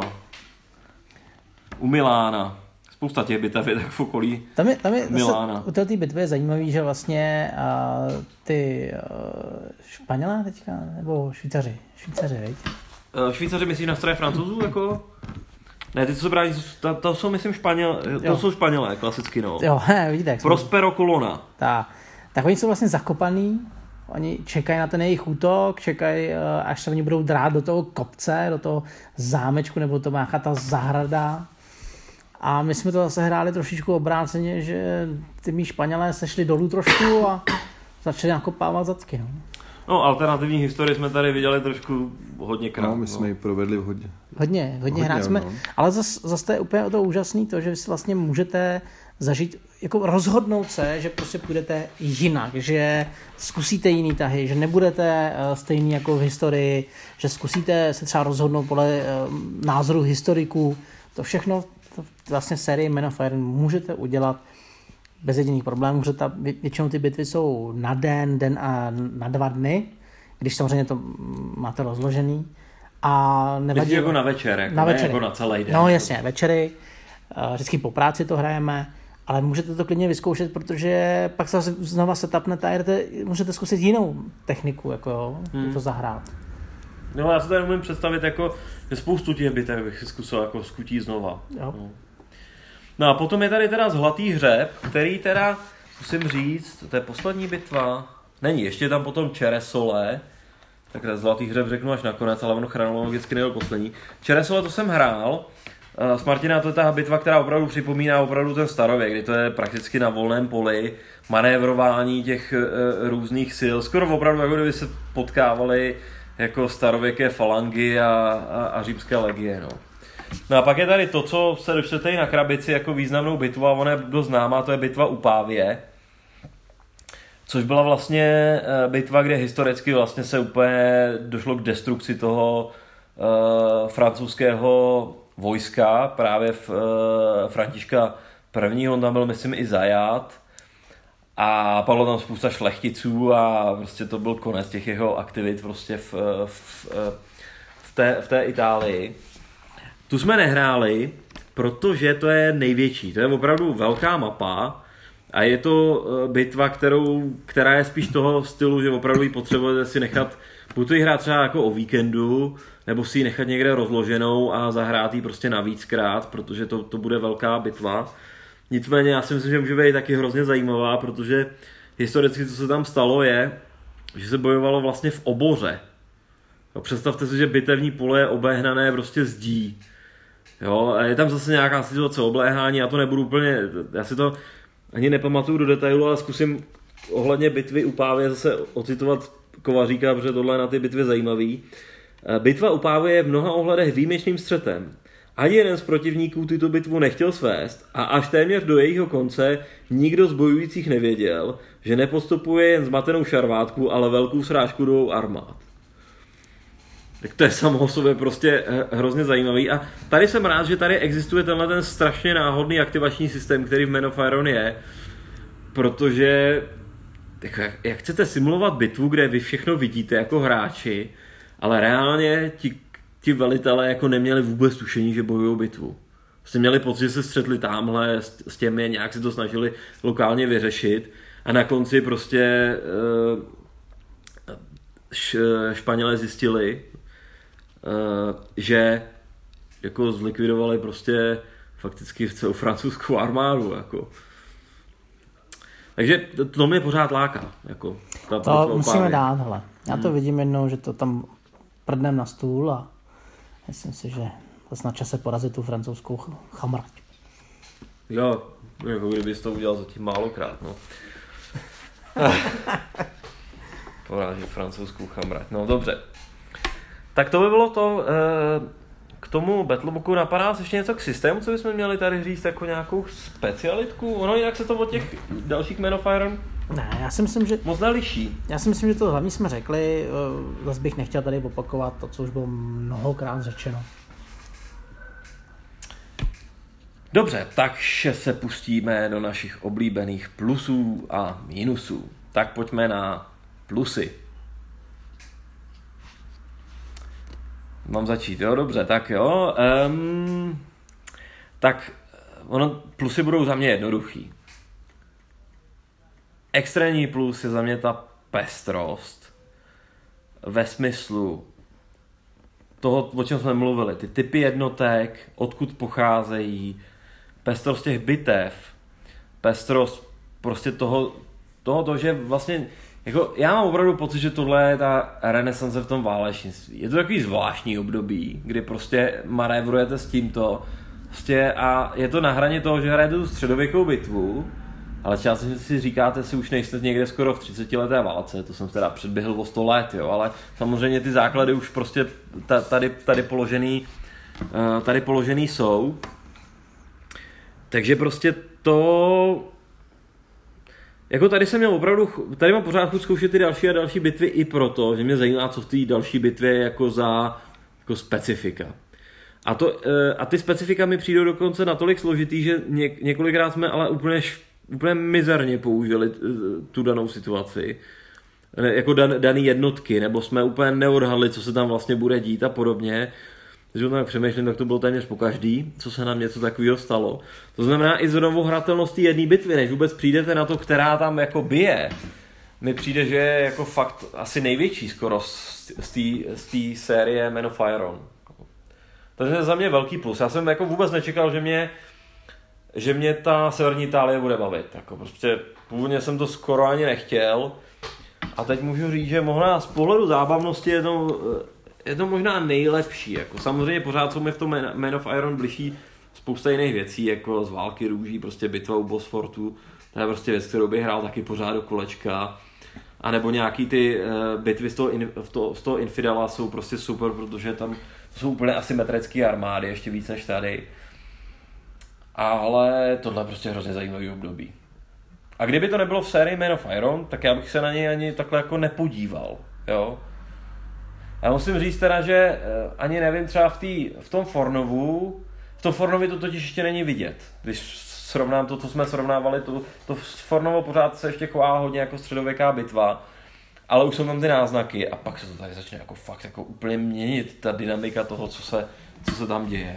U Milána. Spousta těch bitev je tak v okolí Milána. U té bitvy je zajímavý, že vlastně ty Španělé teďka, nebo Švýcaři, viď? Švýcaři myslí na straně Francouzů, jako? Ne, ty co se brání, to jsou myslím jsou Španělé, klasicky, no. Jo, vidíte. Prospero Colonna. Tak oni jsou vlastně zakopaný, oni čekají na ten jejich útok, čekají, až se oni budou drát do toho kopce, do toho zámečku, nebo to nějaká ta zahrada. A my jsme to zase hráli trošičku obráceně, že ty mý Španělé se šli dolů trošku a začali nakopávat zadky, no. No, alternativní historii jsme tady viděli trošku hodněkrát. No, my jsme ji provedli hodně. Hodně hrát jsme, ale zase je úplně to úžasný to, že si vlastně můžete zažít, jako rozhodnout se, že prostě půjdete jinak, že zkusíte jiný tahy, že nebudete stejný jako v historii, že zkusíte se třeba rozhodnout podle názoru historiků. To všechno vlastně v sérii Men of Iron můžete udělat bez jediných problémů, protože většinou ty bitvy jsou na den a na 2 dny, když samozřejmě to máte rozložený. A nevadí. Jako na večer, jako na celý den. No jasně, večery. vždycky po práci to hrajeme, ale můžete to klidně vyzkoušet, protože pak se znova setupnete a můžete zkusit jinou techniku, jako jo, to zahrát. No já se tady umím představit, jako, že spoustu těch bitev bych si zkusil jako skutí znova. Jo. No a potom je tady teda Zlatý hřeb, který teda, musím říct, to je poslední bitva, není, ještě tam potom Čeresole, tak Zlatý hřeb řeknu až nakonec, ale ono chronologicky nebyl poslední. Čeresole to jsem hrál, s Martina to je ta bitva, která opravdu připomíná opravdu ten starověk, kdy to je prakticky na volném poli, manévrování těch různých sil, skoro opravdu jako kdyby se potkávali jako starověké falangy a římské legie, no. No a pak je tady to, co se dočtete i na krabici jako významnou bitvu a ona je dost známá, to je bitva u Pávie. Což byla vlastně bitva, kde historicky vlastně se úplně došlo k destrukci toho francouzského vojska, právě v Františka I. On tam byl, myslím, i zajat. A padlo tam spousta šlechticů a prostě to byl konec těch jeho aktivit prostě v té Itálii. Tu jsme nehráli, protože to je největší. To je opravdu velká mapa a je to bitva, která je spíš toho stylu, že opravdu ji potřebujete si nechat, buď to ji hrát třeba jako o víkendu, nebo si ji nechat někde rozloženou a zahrát ji prostě navíckrát, protože to bude velká bitva. Nicméně já si myslím, že může být taky hrozně zajímavá, protože historicky, co se tam stalo, je, že se bojovalo vlastně v oboře. Jo, představte si, že bitevní pole je obehnané prostě zdí. Jo, a je tam zase nějaká situace obléhání, já to nebudu úplně, já si to ani nepamatuju do detailu, ale zkusím ohledně bitvy u Pávie zase ocitovat Kovaříka, protože tohle je na ty bitvy zajímavý. Bitva u Pávie je v mnoha ohledech výjimečným střetem. Ani jeden z protivníků tuto bitvu nechtěl svést a až téměř do jejího konce nikdo z bojujících nevěděl, že nepostupuje jen zmatenou šarvátku, ale velkou srážku dvou armád. Tak to je samo o sobě prostě hrozně zajímavý a tady jsem rád, že tady existuje tenhle ten strašně náhodný aktivační systém, který v Men of Iron je, protože jak chcete simulovat bitvu, kde vy všechno vidíte jako hráči, ale reálně ti velitelé jako neměli vůbec tušení, že bojují bitvu. Prostě měli pocit, že se střetli tamhle s těmi, nějak si to snažili lokálně vyřešit a na konci prostě Španělé zjistili, že jako zlikvidovali prostě fakticky celou francouzskou armádu. Jako. Takže to mě pořád láká. Jako, to musíme dát, hele. Já to vidím jednou, že to tam prdnem na stůl a myslím si, že to na čase porazit tu francouzskou chamrať. Jo, jako kdybys to udělal zatím málokrát, no. Porážit francouzskou chamrať, no dobře. Tak to by bylo to, k tomu Battlebooku napadá nás ještě něco k systému, co bychom měli tady říct jako nějakou specialitku? Ono jinak se to od těch dalších Men of Iron ne, já si myslím, že moc neliší. Já si myslím, že to hlavní jsme řekli, zase bych nechtěl tady opakovat to, co už bylo mnohokrát řečeno. Dobře, takže se pustíme do našich oblíbených plusů a minusů. Tak pojďme na plusy. Mám začít, jo? Dobře, tak jo. Tak plusy budou za mě jednoduchý. Extrémní plus je za mě ta pestrost. Ve smyslu toho, o čem jsme mluvili. Ty typy jednotek, odkud pocházejí, pestrost těch bitev, pestrost prostě toho, že vlastně jako já mám opravdu pocit, že tohle je ta renesance v tom válečnictví. Je to takový zvláštní období, kdy prostě manévrujete s tímto prostě a je to na hraně toho, že hrajete tu středověkou bitvu, ale částečně si říkáte si už nejste někde skoro v 30leté válce, to jsem teda předběhl o 100 let, jo, ale samozřejmě ty základy už prostě tady položený jsou. Takže prostě to jako tady mám pořád chuť zkoušet ty další a další bitvy i proto, že mě zajímá, co v té další bitvě je jako za jako specifika. A ty specifika mi přijdou dokonce natolik složitý, že několikrát jsme ale úplně mizerně použili tu danou situaci. Jako daný jednotky, nebo jsme úplně neodhadli, co se tam vlastně bude dít a podobně. Když o tom tak přemýšlím, tak to bylo téměř pokaždý, co se nám něco takového stalo. To znamená i zrovna hratelnosti jedné bitvy, než vůbec přijdete na to, která tam jako bije. Mi přijde, že je jako fakt asi největší skoro z té série Man of Iron. Takže za mě velký plus. Já jsem jako vůbec nečekal, že mě ta severní Itálie bude bavit. Jako prostě původně jsem to skoro ani nechtěl. A teď můžu říct, že možná z pohledu zábavnosti je to možná nejlepší. Jako samozřejmě pořád jsou mi v tom Man of Iron bližší spousta jiných věcí, jako z Války růží, prostě bitva u Bosfortu. To je prostě věc, kterou bych hrál taky pořád do kolečka. A nebo nějaký ty bitvy z toho Infidela jsou prostě super, protože tam jsou úplně asymetrické armády, ještě víc než tady. Ale tohle je prostě hrozně zajímavý období. A kdyby to nebylo v sérii Man of Iron, tak já bych se na něj ani takhle jako nepodíval. Jo? Já musím říct teda, že ani nevím, třeba v tom Fornovi to totiž ještě není vidět. Když srovnám to, co jsme srovnávali, to Fornovo pořád se ještě chová hodně jako středověká bitva, ale už jsou tam ty náznaky a pak se to tady začne jako fakt jako úplně měnit, ta dynamika toho, co se tam děje.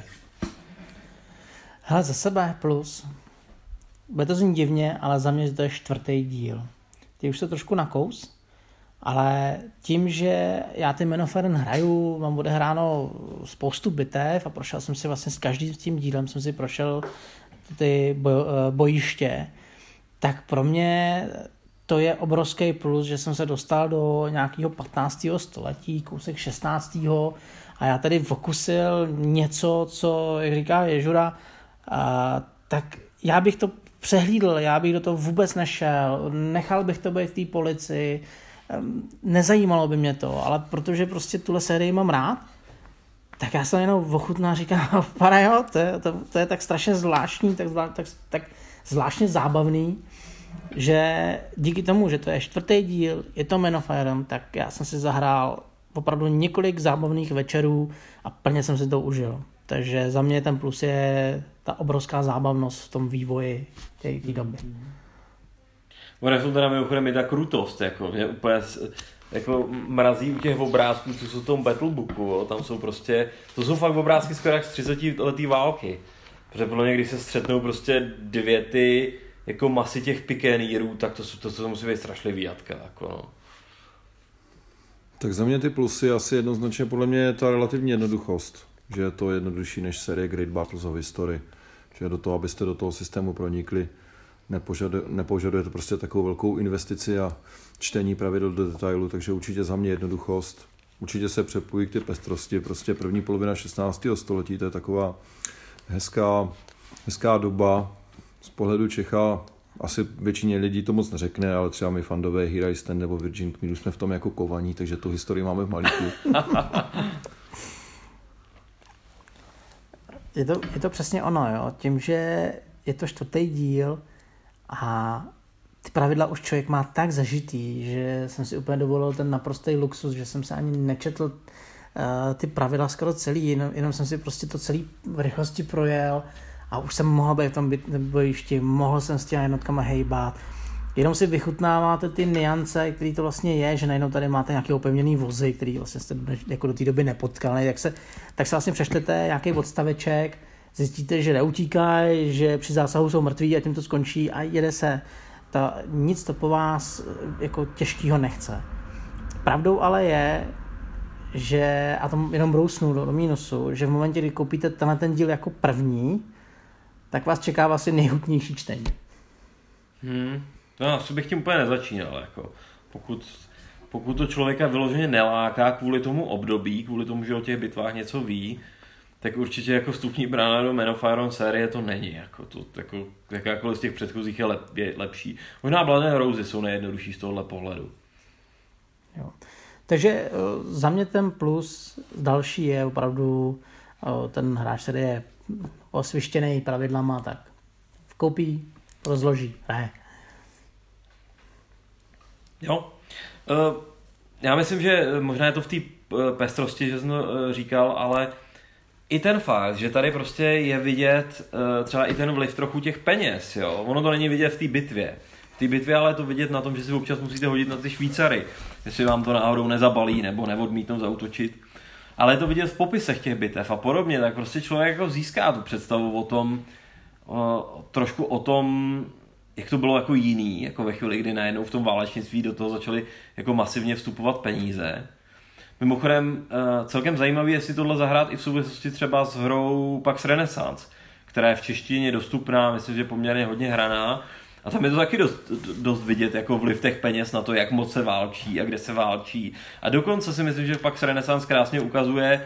Hele, za sebe plus. Bude to znít divně, ale za mě to je 4. díl. Ty už se trošku nakous, ale tím, že já ty Man of Iron hraju, mám odehráno spoustu bitev a prošel jsem si vlastně s každým tím dílem, jsem si prošel ty bojiště, tak pro mě to je obrovský plus, že jsem se dostal do nějakého 15. století, kousek 16. a já tady vokusil něco, co, jak říká Ježura, tak já bych to přehlídl, já bych do toho vůbec nešel, nechal bych to být v té policii, nezajímalo by mě to, ale protože prostě tuhle sérii mám rád, tak já jsem jenom ochutná a říkám, pane jo, to je tak strašně zvláštní, tak zvláštně zábavný, že díky tomu, že to je 4. díl, je to Man of Iron, tak já jsem si zahrál opravdu několik zábavných večerů a plně jsem si to užil. Takže za mě ten plus je ta obrovská zábavnost v tom vývoji té doby. Ono jsou teda mimochodem i ta krutost, jako mě úplně jako mrazí u těch obrázků, co jsou v tom Battlebooku, jo. Tam jsou prostě, to jsou fakt obrázky skoro jak z 30 letý války. Protože podle mě, když se střetnou prostě dvě ty jako masy těch pikénírů, tak to musí být strašlivý jatka, jako no. Tak za mě ty plusy asi jednoznačně podle mě je ta relativní jednoduchost, že je to jednodušší než série Great Battles of History, že do toho, abyste do toho systému pronikli, nepožadujete prostě takovou velkou investici a čtení pravidel do detailu, takže určitě za mě jednoduchost. Určitě se přepojí k ty pestrosti, prostě první polovina 16. století, to je taková hezká doba. Z pohledu Čecha asi většině lidí to moc neřekne, ale třeba my fandové Here I Stand nebo Virgin Queen jsme v tom jako kovaní, takže tu historii máme v malíku. Je to přesně ono, jo. Tím, že je to 4. díl a ty pravidla už člověk má tak zažitý, že jsem si úplně dovolil ten naprostý luxus, že jsem se ani nečetl ty pravidla skoro celý, jenom jsem si prostě to celý v rychlosti projel a už jsem mohl být v tom bojišti, mohl jsem s těmi jednotkama hejbat. Jenom si vychutnáváte ty niance, který to vlastně je, že najednou tady máte nějaké opevněný vozy, který vlastně jste jako do té doby nepotkali, tak se vlastně přečtete nějaký odstaveček, zjistíte, že neutíkají, že při zásahu jsou mrtví a tím to skončí a jede se. Nic to po vás jako těžkýho nechce. Pravdou ale je, že, a to jenom brousnu do mínusu, že v momentě, kdy koupíte ten díl jako první, tak vás čeká vlastně nejhutnější čtení. No, asi bych tím úplně nezačínal, jako. Pokud to člověka vyloženě neláká kvůli tomu období, kvůli tomu, že o těch bitvách něco ví, tak určitě jako vstupní brána do Man of Iron série to není, jako to, jako, jakákoliv z těch předchozích je lepší. Možná Blood and Rose jsou nejjednodušší z tohohle pohledu. Jo. Takže za mě ten plus další je opravdu ten hráč, který je osvištěný pravidlama, tak vkoupí, rozloží, hraje. Jo. Já myslím, že možná je to v té pestrosti, že jsem to říkal, ale i ten fakt, že tady prostě je vidět třeba i ten vliv trochu těch peněz, jo. Ono to není vidět v té bitvě. V té bitvě ale je to vidět na tom, že si občas musíte hodit na ty Švýcary, jestli vám to náhodou nezabalí nebo neodmítnou zaútočit. ale je to vidět v popisech těch bitev a podobně, tak prostě člověk jako získá tu představu o tom, trošku o tom, jak to bylo jako jiný, jako ve chvíli, kdy najednou v tom válečnictví do toho začaly jako masivně vstupovat peníze. Mimochodem celkem zajímavý je si tohle zahrát i v souvislosti třeba s hrou Pax Renaissance, která je v češtině dostupná, myslím, že poměrně hodně hraná. A tam je to taky dost vidět jako vliv těch peněz na to, jak moc se válčí a kde se válčí. A dokonce si myslím, že Pax Renaissance krásně ukazuje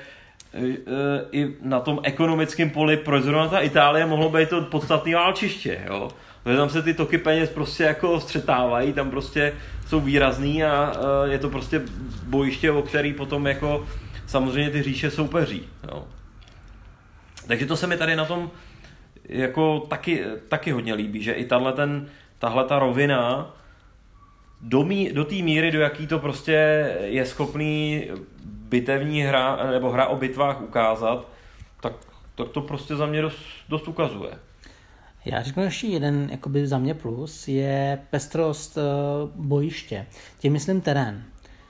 i na tom ekonomickém poli, proč zrovna ta Itálie mohlo být to podstatné válčiště. Jo? Protože tam se ty toky peněz prostě jako střetávají, tam prostě jsou výrazný a je to prostě bojiště, o který potom jako samozřejmě ty říše soupeří. Jo? Takže to se mi tady na tom jako taky hodně líbí, že i tahle ta rovina do té míry, do jaký to prostě je schopný bitevní hra nebo hra o bitvách ukázat, tak to prostě za mě dost ukazuje. Já řeknu ještě jeden jakoby za mě plus, je pestrost bojiště. Tím myslím terén.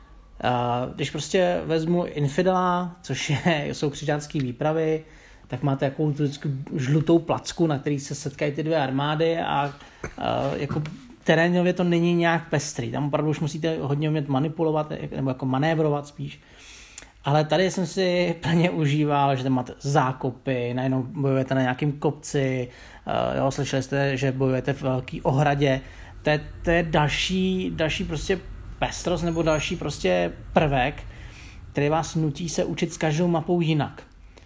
Když prostě vezmu Infidela, což jsou křižácké výpravy, tak máte jakou žlutou placku, na který se setkají ty dvě armády a jako terénově to není nějak pestrý. Tam opravdu už musíte hodně umět manipulovat, nebo jako manévrovat spíš. Ale tady jsem si plně užíval, že tam máte zákopy, najednou bojujete na nějakém kopci, jo, slyšeli jste, že bojujete v velký ohradě. To je další prostě pestrost nebo další prostě prvek, který vás nutí se učit s každou mapou jinak.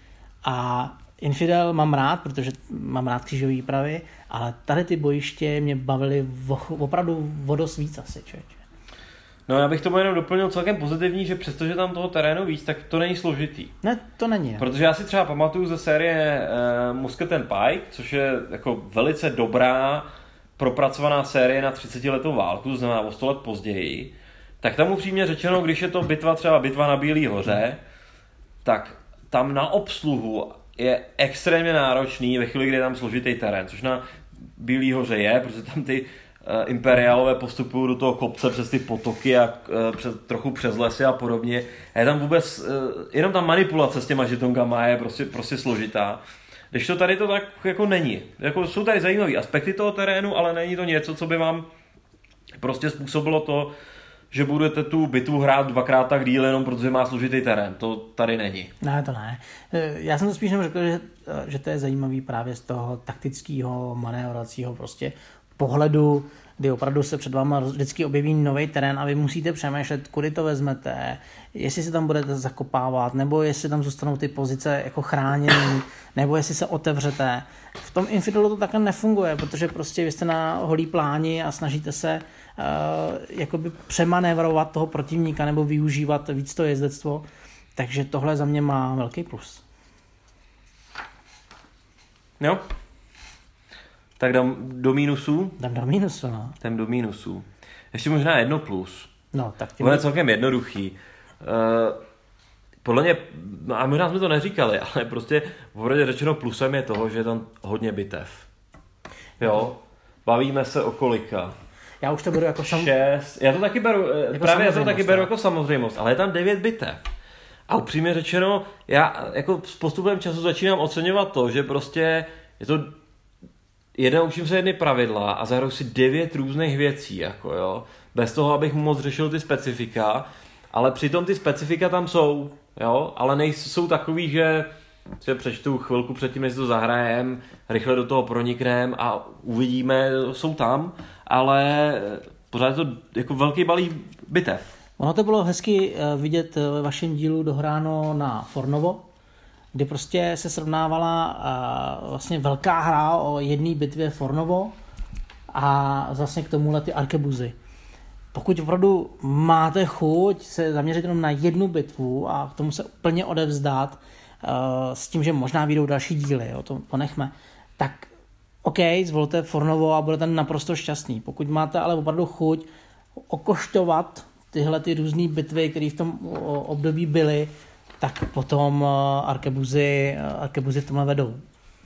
A Infidel mám rád, protože mám rád křížové výpravy, ale tady ty bojiště mě bavily opravdu o dost víc asi, člověče. No já bych tomu jenom doplnil celkem pozitivní, že přestože tam toho terénu víc, tak to není složitý. Ne, to není. Protože já si třeba pamatuju ze série Musket and Pike, což je jako velice dobrá propracovaná série na 30letou válku, to znamená o 100 let později, tak tam upřímně řečeno, když je to třeba bitva na Bílý hoře, tak tam na obsluhu je extrémně náročný ve chvíli, kdy je tam složitý terén, což na Bílý hoře je, protože tam ty imperiálové postupují do toho kopce přes ty potoky a trochu přes lesy a podobně. A je tam vůbec, jenom ta manipulace s těma žetongama je prostě složitá. Když to tady to tak jako není. Jako jsou tady zajímavé aspekty toho terénu, ale není to něco, co by vám prostě způsobilo to, že budete tu bitvu hrát dvakrát tak díl, jenom protože má složitý terén. To tady není. Ne, to ne. Já jsem to spíš řekl, že to je zajímavý právě z toho taktického, manévracího prostě pohledu, kdy opravdu se před váma vždycky objeví nový terén a vy musíte přemýšlet, kudy to vezmete, jestli se tam budete zakopávat, nebo jestli tam zůstanou ty pozice jako chráněný, nebo jestli se otevřete. V tom Infidelu to takhle nefunguje, protože prostě vy jste na holý pláni a snažíte se jakoby přemanévrovat toho protivníka nebo využívat víc to jezdectvo, takže tohle za mě má velký plus. Jo. Tak dám do mínusu. Dám do mínusu, no. Jdem do mínusu. Ještě možná jedno plus. No, tak to je celkem jednoduchý. Podle mě, a možná jsme to neříkali, ale prostě v řečeno plusem je toho, že je tam hodně bitev. Jo, bavíme se o kolika. Já už to beru jako 6. Já to taky beru, jako právě já to taky beru jako samozřejmost, ale je tam 9 bitev. A upřímně řečeno, já jako s postupem času začínám oceňovat to, že prostě je to učím se jedny pravidla a zahraju si 9 různých věcí, jako jo. Bez toho, abych moc řešil ty specifika, ale přitom ty specifika tam jsou, jo, ale nejsou takový, že si přečtu chvilku předtím, než to zahrajem, rychle do toho pronikneme a uvidíme, jsou tam, ale pořád je to jako velký balík bitev. Ono to bylo hezky vidět ve vašem dílu dohráno na Fornovo, kdy prostě se srovnávala vlastně velká hra o jedné bitvě Fornovo a vlastně k tomuhle ty arkebuzy. Pokud opravdu máte chuť se zaměřit jenom na jednu bitvu a k tomu se plně odevzdat s tím, že možná vyjdou další díly, jo, to ponechme, tak OK, zvolte Fornovo a budete naprosto šťastný. Pokud máte ale opravdu chuť okoštovat tyhle ty různé bitvy, které v tom období byly, tak potom arkebuzy v tomhle vedou.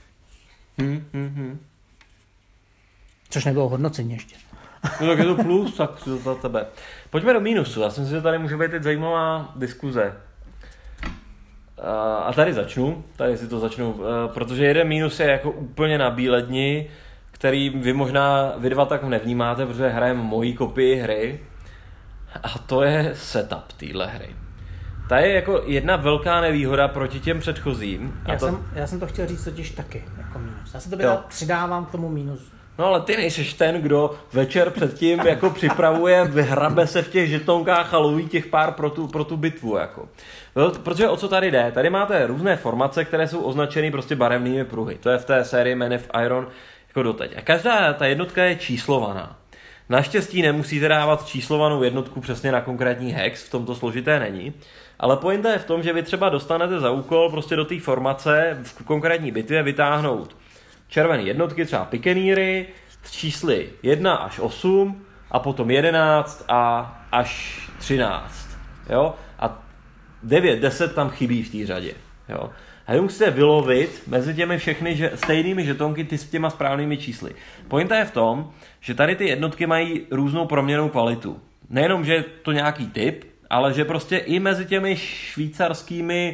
Což nebylo hodnocení ještě. No tak je to plus, tak za tebe. Pojďme do mínusu. Já si myslím, že tady může být teď zajímavá diskuze. A tady si to začnu, protože jeden mínus je jako úplně na bíledni, který vy dva tak nevnímáte, protože hrajeme mojí kopii hry a to je setup téhle hry. Ta je jako jedna velká nevýhoda proti těm předchozím. Já jsem to chtěl říct totiž taky jako mínus. Já se to přidávám k tomu mínusu. No ale ty nejseš ten, kdo večer předtím jako připravuje, vyhrabe se v těch žetonkách a loví těch pár pro tu bitvu. Jako. Protože o co tady jde? Tady máte různé formace, které jsou označeny prostě barevnými pruhy. To je v té sérii Man of Iron jako doteď. A každá ta jednotka je číslovaná. Naštěstí nemusíte dávat číslovanou jednotku přesně na konkrétní hex, v tomto složité není. Ale pointa je v tom, že vy třeba dostanete za úkol prostě do té formace v konkrétní bitvě vytáhnout červené jednotky, třeba pikeníry, s čísly 1 až 8 a potom 11 až 13. Jo? A 9, 10 tam chybí v té řadě. Jo? A vy musíte vylovit mezi těmi všechny stejnými žetonky s těma správnými čísly. Pointa je v tom, že tady ty jednotky mají různou proměnnou kvalitu. Nejenom, že je to nějaký typ, ale že prostě i mezi těmi švýcarskými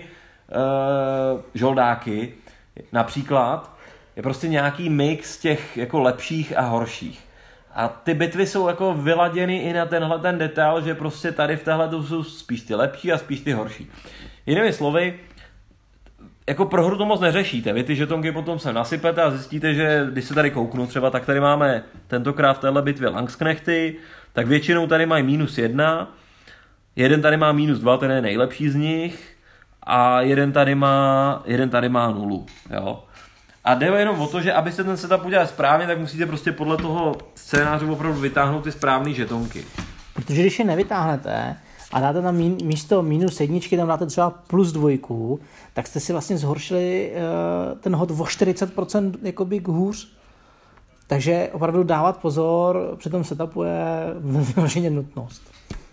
žoldáky například je prostě nějaký mix těch jako lepších a horších. A ty bitvy jsou jako vyladěny i na tenhle ten detail, že prostě tady v téhle jsou spíš ty lepší a spíš ty horší. Jinými slovy, jako pro hru to moc neřešíte. Vy ty žetonky potom sem nasypete a zjistíte, že když se tady kouknu třeba, tak tady máme tentokrát v téhle bitvě Langsknechty, tak většinou tady mají -1, jeden tady má -2, ten je nejlepší z nich, a jeden tady má 0. Jo? A jde jenom o to, že abyste ten setup udělali správně, tak musíte prostě podle toho scénáře opravdu vytáhnout ty správné žetonky. Protože když je nevytáhnete a dáte tam místo -1, tam dáte třeba +2, tak jste si vlastně zhoršili ten hod o 40% jakoby hůř. Takže opravdu dávat pozor při tom setupu je vyloženě nutnost.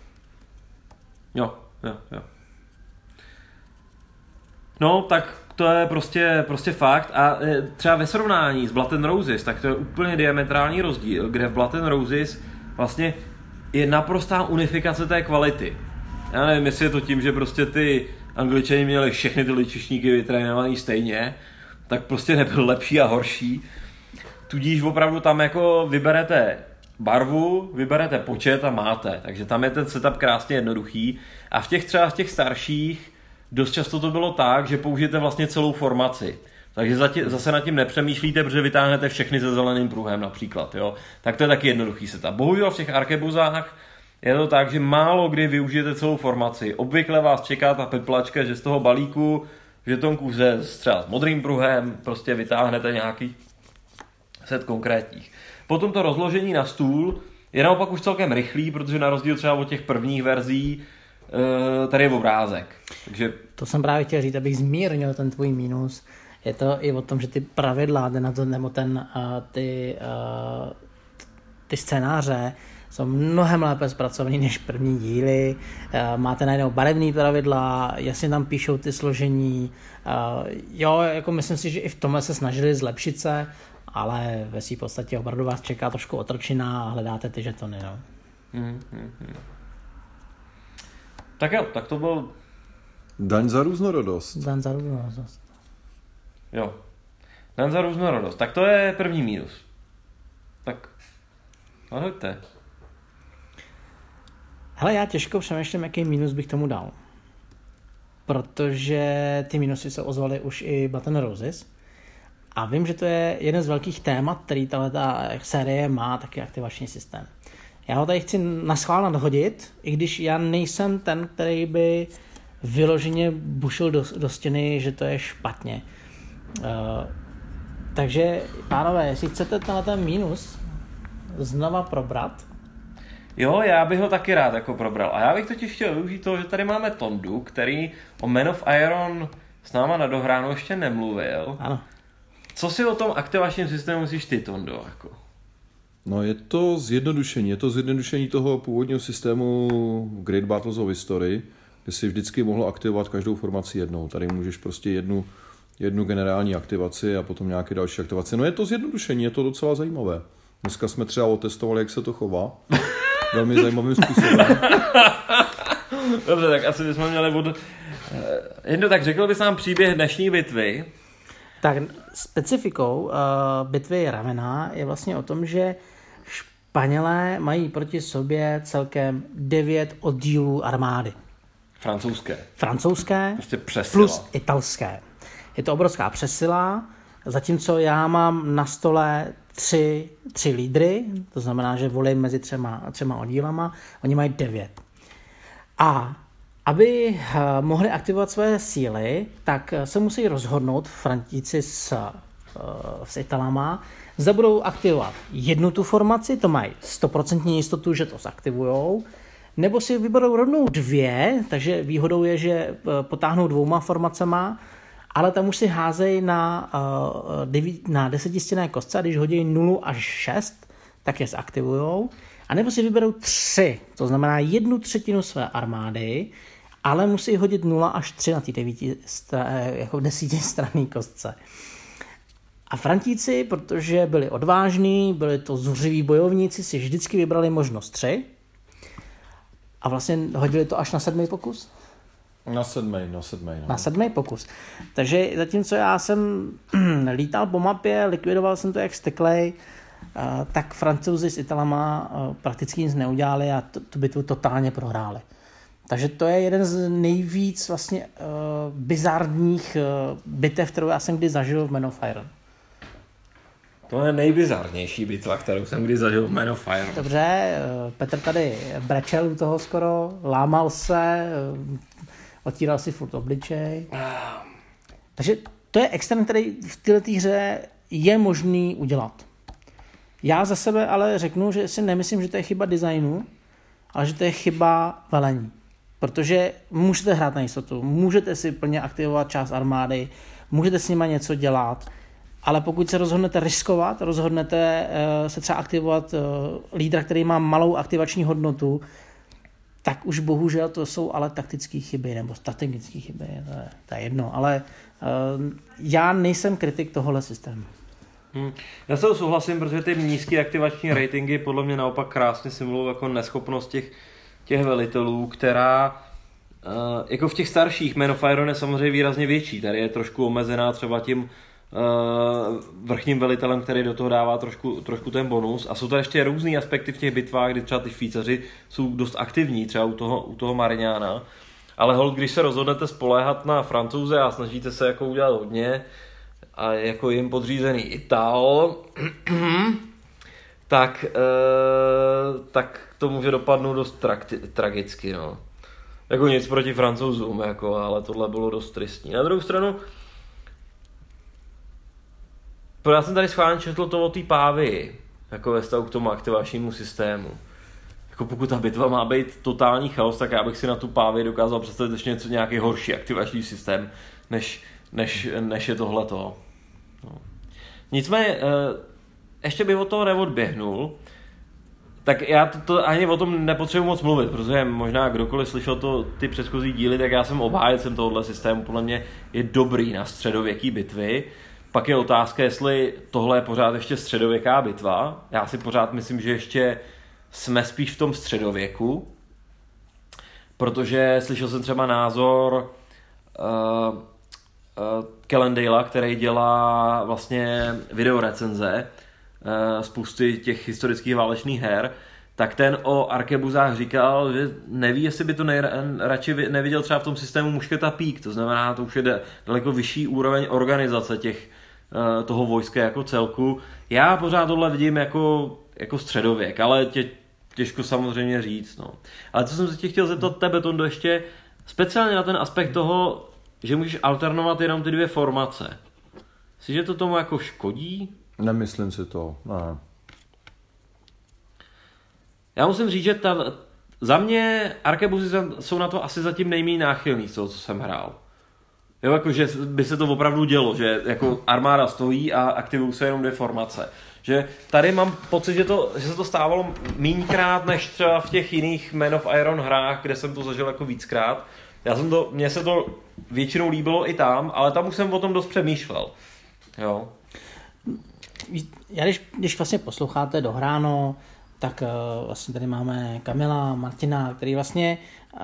Jo. No, tak to je prostě fakt. A třeba ve srovnání s Blood and Roses, tak to je úplně diametrální rozdíl, kde v Blood and Roses vlastně je naprostá unifikace té kvality. Já nevím, jestli je to tím, že prostě ty Angličani měli všechny ty ličišníky vytrénovaný stejně, tak prostě nebyl lepší a horší. Tudíž opravdu tam jako vyberete barvu, vyberete počet a máte. Takže tam je ten setup krásně jednoduchý. A v těch starších dost často to bylo tak, že použijete vlastně celou formaci. Takže zase nad tím nepřemýšlíte, protože vytáhnete všechny se zeleným pruhem například. Jo? Tak to je taky jednoduchý setup. Bohužel v těch arkebuzách je to tak, že málo kdy využijete celou formaci. Obvykle vás čeká ta peplačka, že z toho balíku žetonků třeba s modrým pruhem prostě vytáhnete nějaký set konkrétních. Potom to rozložení na stůl je naopak už celkem rychlý, protože na rozdíl třeba od těch prvních verzí tady je obrázek. Takže... To jsem právě chtěl říct, abych zmírnil ten tvůj mínus. Je to i o tom, že ty pravidla, nebo ty scénáře jsou mnohem lépe zpracovaný než první díly. Máte najednou barevný pravidla, jasně tam píšou ty složení. Jo, jako myslím si, že i v tomhle se snažili zlepšit se, ale ve svým podstatě opravdu vás čeká trošku otročina a hledáte ty žetony. No. Tak jo, tak to byl... Daň za různorodost. Jo. Daň za různorodost. Tak to je první mínus. Tak, hoďte. Hele, já těžko přemýšlím, jaký mínus bych tomu dal. Protože ty mínusy se ozvaly už i Blood and Roses. A vím, že to je jeden z velkých témat, který tato série má, taky aktivační systém. Já ho tady chci naschvál nadhodit, i když já nejsem ten, který by vyloženě bušil do stěny, že to je špatně. Takže, pánové, jestli chcete ten mínus znova probrat. Jo, já bych ho taky rád jako probral. A já bych totiž chtěl využít toho, že tady máme Tondu, který o Man of Iron s náma na dohránu ještě nemluvil. Ano. Co si o tom aktivačním systému myslíš ty, Tondo? Jako? No je to zjednodušení toho původního systému Great Battles of History, kde si vždycky mohl aktivovat každou formaci jednou. Tady můžeš prostě jednu generální aktivaci a potom nějaké další aktivace. No je to zjednodušení, je to docela zajímavé. Dneska jsme třeba otestovali, jak se to chová. Velmi zajímavým způsobem. Dobře, tak asi bychom měli Jendo, tak řekl bys nám příběh dnešní bitvy? Tak specifikou bitvy Ravenna je vlastně o tom, že Španělé mají proti sobě celkem 9 oddílů armády. Francouzské. Prostě přesila. Plus italské. Je to obrovská přesila, zatímco já mám na stole tři lídry, to znamená, že volím mezi třema oddílama, oni mají 9. A aby mohli aktivovat své síly, tak se musí rozhodnout Frantíci s Italama, zda budou aktivovat jednu tu formaci, to mají 100% jistotu, že to zaktivujou, nebo si vyberou rovnou 2, takže výhodou je, že potáhnou 2 formacema, ale tam už si házejí na 10stěnné kostce a když hodí 0 až 6, tak je zaktivujou. A nebo si vyberou 3, to znamená 1/3 své armády, ale musí hodit 0 až 3 na té 10stranné kostce. A Frantíci, protože byli odvážní, byli to zuřiví bojovníci, si vždycky vybrali možnost 3 a vlastně hodili to až na 7. pokus. Na 7. Na 7. pokus. Takže zatímco já jsem lítal po mapě, likvidoval jsem to jak steklej, tak Francouzi s Italama prakticky nic neudělali a tu bitvu totálně prohráli. Takže to je jeden z nejvíc vlastně bizarních bitev, kterou já jsem kdy zažil v Man of Iron. To je nejbizarnější bitva, kterou jsem kdy zažil v Man of Iron. Dobře, Petr tady brečel u toho skoro, lámal se, otíral si furt obličej. Takže to je extrém, který v této hře je možný udělat. Já za sebe ale řeknu, že si nemyslím, že to je chyba designu, ale že to je chyba velení. Protože můžete hrát na jistotu, můžete si plně aktivovat část armády, můžete s nima něco dělat, ale pokud se rozhodnete riskovat, rozhodnete se třeba aktivovat lídra, který má malou aktivační hodnotu, tak už bohužel to jsou ale taktické chyby nebo strategické chyby, to je jedno, ale já nejsem kritik tohohle systému. Já se souhlasím, protože ty nízké aktivační ratingy podle mě naopak krásně simulují jako neschopnost těch velitelů, která jako v těch starších Man of Iron je samozřejmě výrazně větší. Tady je trošku omezená třeba tím vrchním velitelem, který do toho dává trošku ten bonus. A jsou tady ještě různý aspekty v těch bitvách, kdy třeba ty Švýcaři jsou dost aktivní, třeba u toho Mariňána. Ale holt, když se rozhodnete spoléhat na Francouze a snažíte se jako udělat hodně a jako jim podřízený Ital, tak to může dopadnout dost tragicky, no. Jako nic proti Francouzům, jako, ale tohle bylo dost tristní. Na druhou stranu, já jsem tady schválně četl to o té pávy, jako ve stavu k tomu aktivačnímu systému. Jako pokud ta bitva má být totální chaos, tak já bych si na tu pávy dokázal představit ještě nějaký horší aktivační systém, než je tohleto. No. Nicméně, ještě bych od toho neodběhnul, tak já to ani o tom nepotřebuji moc mluvit, protože možná kdokoliv slyšel ty předchozí díly, tak já jsem obhájecem tohohle systému, podle mě je dobrý na středověký bitvy. Pak je otázka, jestli tohle je pořád ještě středověká bitva. Já si pořád myslím, že ještě jsme spíš v tom středověku, protože slyšel jsem třeba názor Cannondale'a, který dělá vlastně videorecenze spousty těch historických válečných her, tak ten o arkebuzách říkal, že neví, jestli by to radši neviděl třeba v tom systému mušketa pík, to znamená, to už je daleko vyšší úroveň organizace toho vojska jako celku. Já pořád tohle vidím jako středověk, ale těžko samozřejmě říct. No. Ale co jsem se tě chtěl zeptat tebe, Tondo, ještě speciálně na ten aspekt toho, že můžeš alternovat jenom ty 2 formace. Myslíš, že to tomu jako škodí? Nemyslím si to, ne. Já musím říct, že za mě arkebuzy jsou na to asi zatím nejméně náchylný z toho, co jsem hrál. Jo, jako, že by se to opravdu dělo, že jako armáda stojí a aktivují se jenom 2 formace. Že tady mám pocit, že se to stávalo méněkrát než třeba v těch jiných Man of Iron hrách, kde jsem to zažil jako víckrát. Mně se to většinou líbilo i tam, ale tam už jsem o tom dost přemýšlel. Jo. Já když vlastně posloucháte dohráno, tak vlastně tady máme Kamila, Martina, který vlastně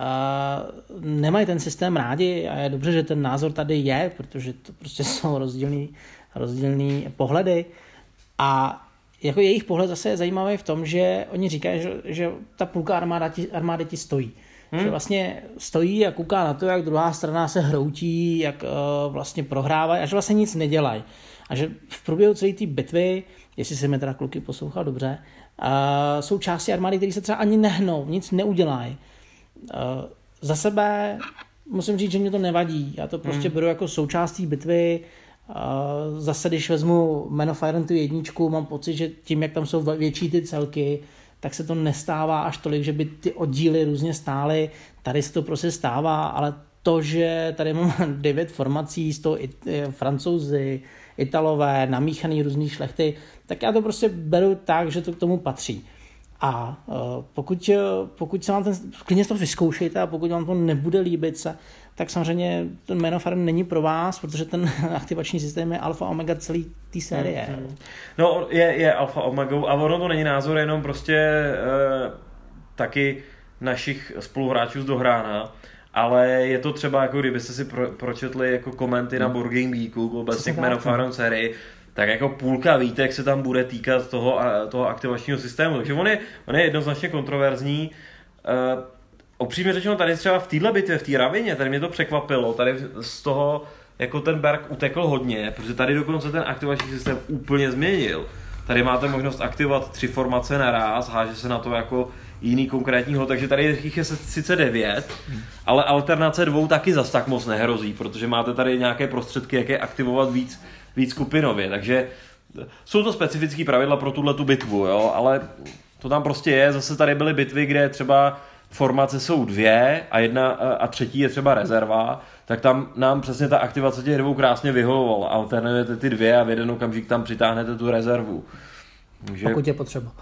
nemají ten systém rádi a je dobře, že ten názor tady je, protože to prostě jsou rozdílný pohledy a jako jejich pohled zase je zajímavý v tom, že oni říkají, že ta půlka armády ti stojí. Že vlastně stojí a kouká na to, jak druhá strana se hroutí, jak vlastně prohrávají a že vlastně nic nedělají. A že v průběhu celé té bitvy, jestli se mi teda kluky poslouchal dobře, jsou části armády, které se třeba ani nehnou, nic neudělají. Za sebe musím říct, že mě to nevadí. Já to prostě beru jako součást té bitvy. Zase, když vezmu Man of Iron tu jedničku, mám pocit, že tím, jak tam jsou větší ty celky, tak se to nestává až tolik, že by ty oddíly různě stály. Tady se to prostě stává, ale to, že tady mám 9 formací, z toho Francouzi, Italové, namíchaný různý šlechty, tak já to prostě beru tak, že to k tomu patří. A pokud se vám klidně to vyzkoušejte a pokud vám to nebude líbit se, tak samozřejmě ten Man of Iron není pro vás, protože ten aktivační systém je alfa omega celý té série. No, je alfa omega a ono to není názor jenom prostě taky našich spoluhráčů z Dohrána, ale je to třeba, jako kdybyste si pročetli jako komenty na Board Game Geeku, obecně k Man of Iron sérii, tak jako půlka výtek se tam bude týkat toho aktivačního systému. Takže on je jednoznačně kontroverzní. Upřímně řečeno, tady třeba v téhle bitvě, v té ravině, tady mě to překvapilo, tady z toho jako ten Berg utekl hodně, protože tady dokonce ten aktivační systém úplně změnil. Tady máte možnost aktivovat 3 formace naraz, háže se na to jako jiný konkrétního, takže tady jich je sice 9, ale alternace 2 taky zas tak moc nehrozí, protože máte tady nějaké prostředky, jak je aktivovat víc skupinově, takže jsou to specifické pravidla pro tuhletu bitvu, jo, ale to tam prostě je, zase tady byly bitvy, kde třeba formace jsou 2 a třetí je třeba rezerva, tak tam nám přesně ta aktivace těch 2 krásně vyhovovala. Alternujete ty 2 a v jeden okamžik tam přitáhnete tu rezervu. Takže, pokud je potřeba.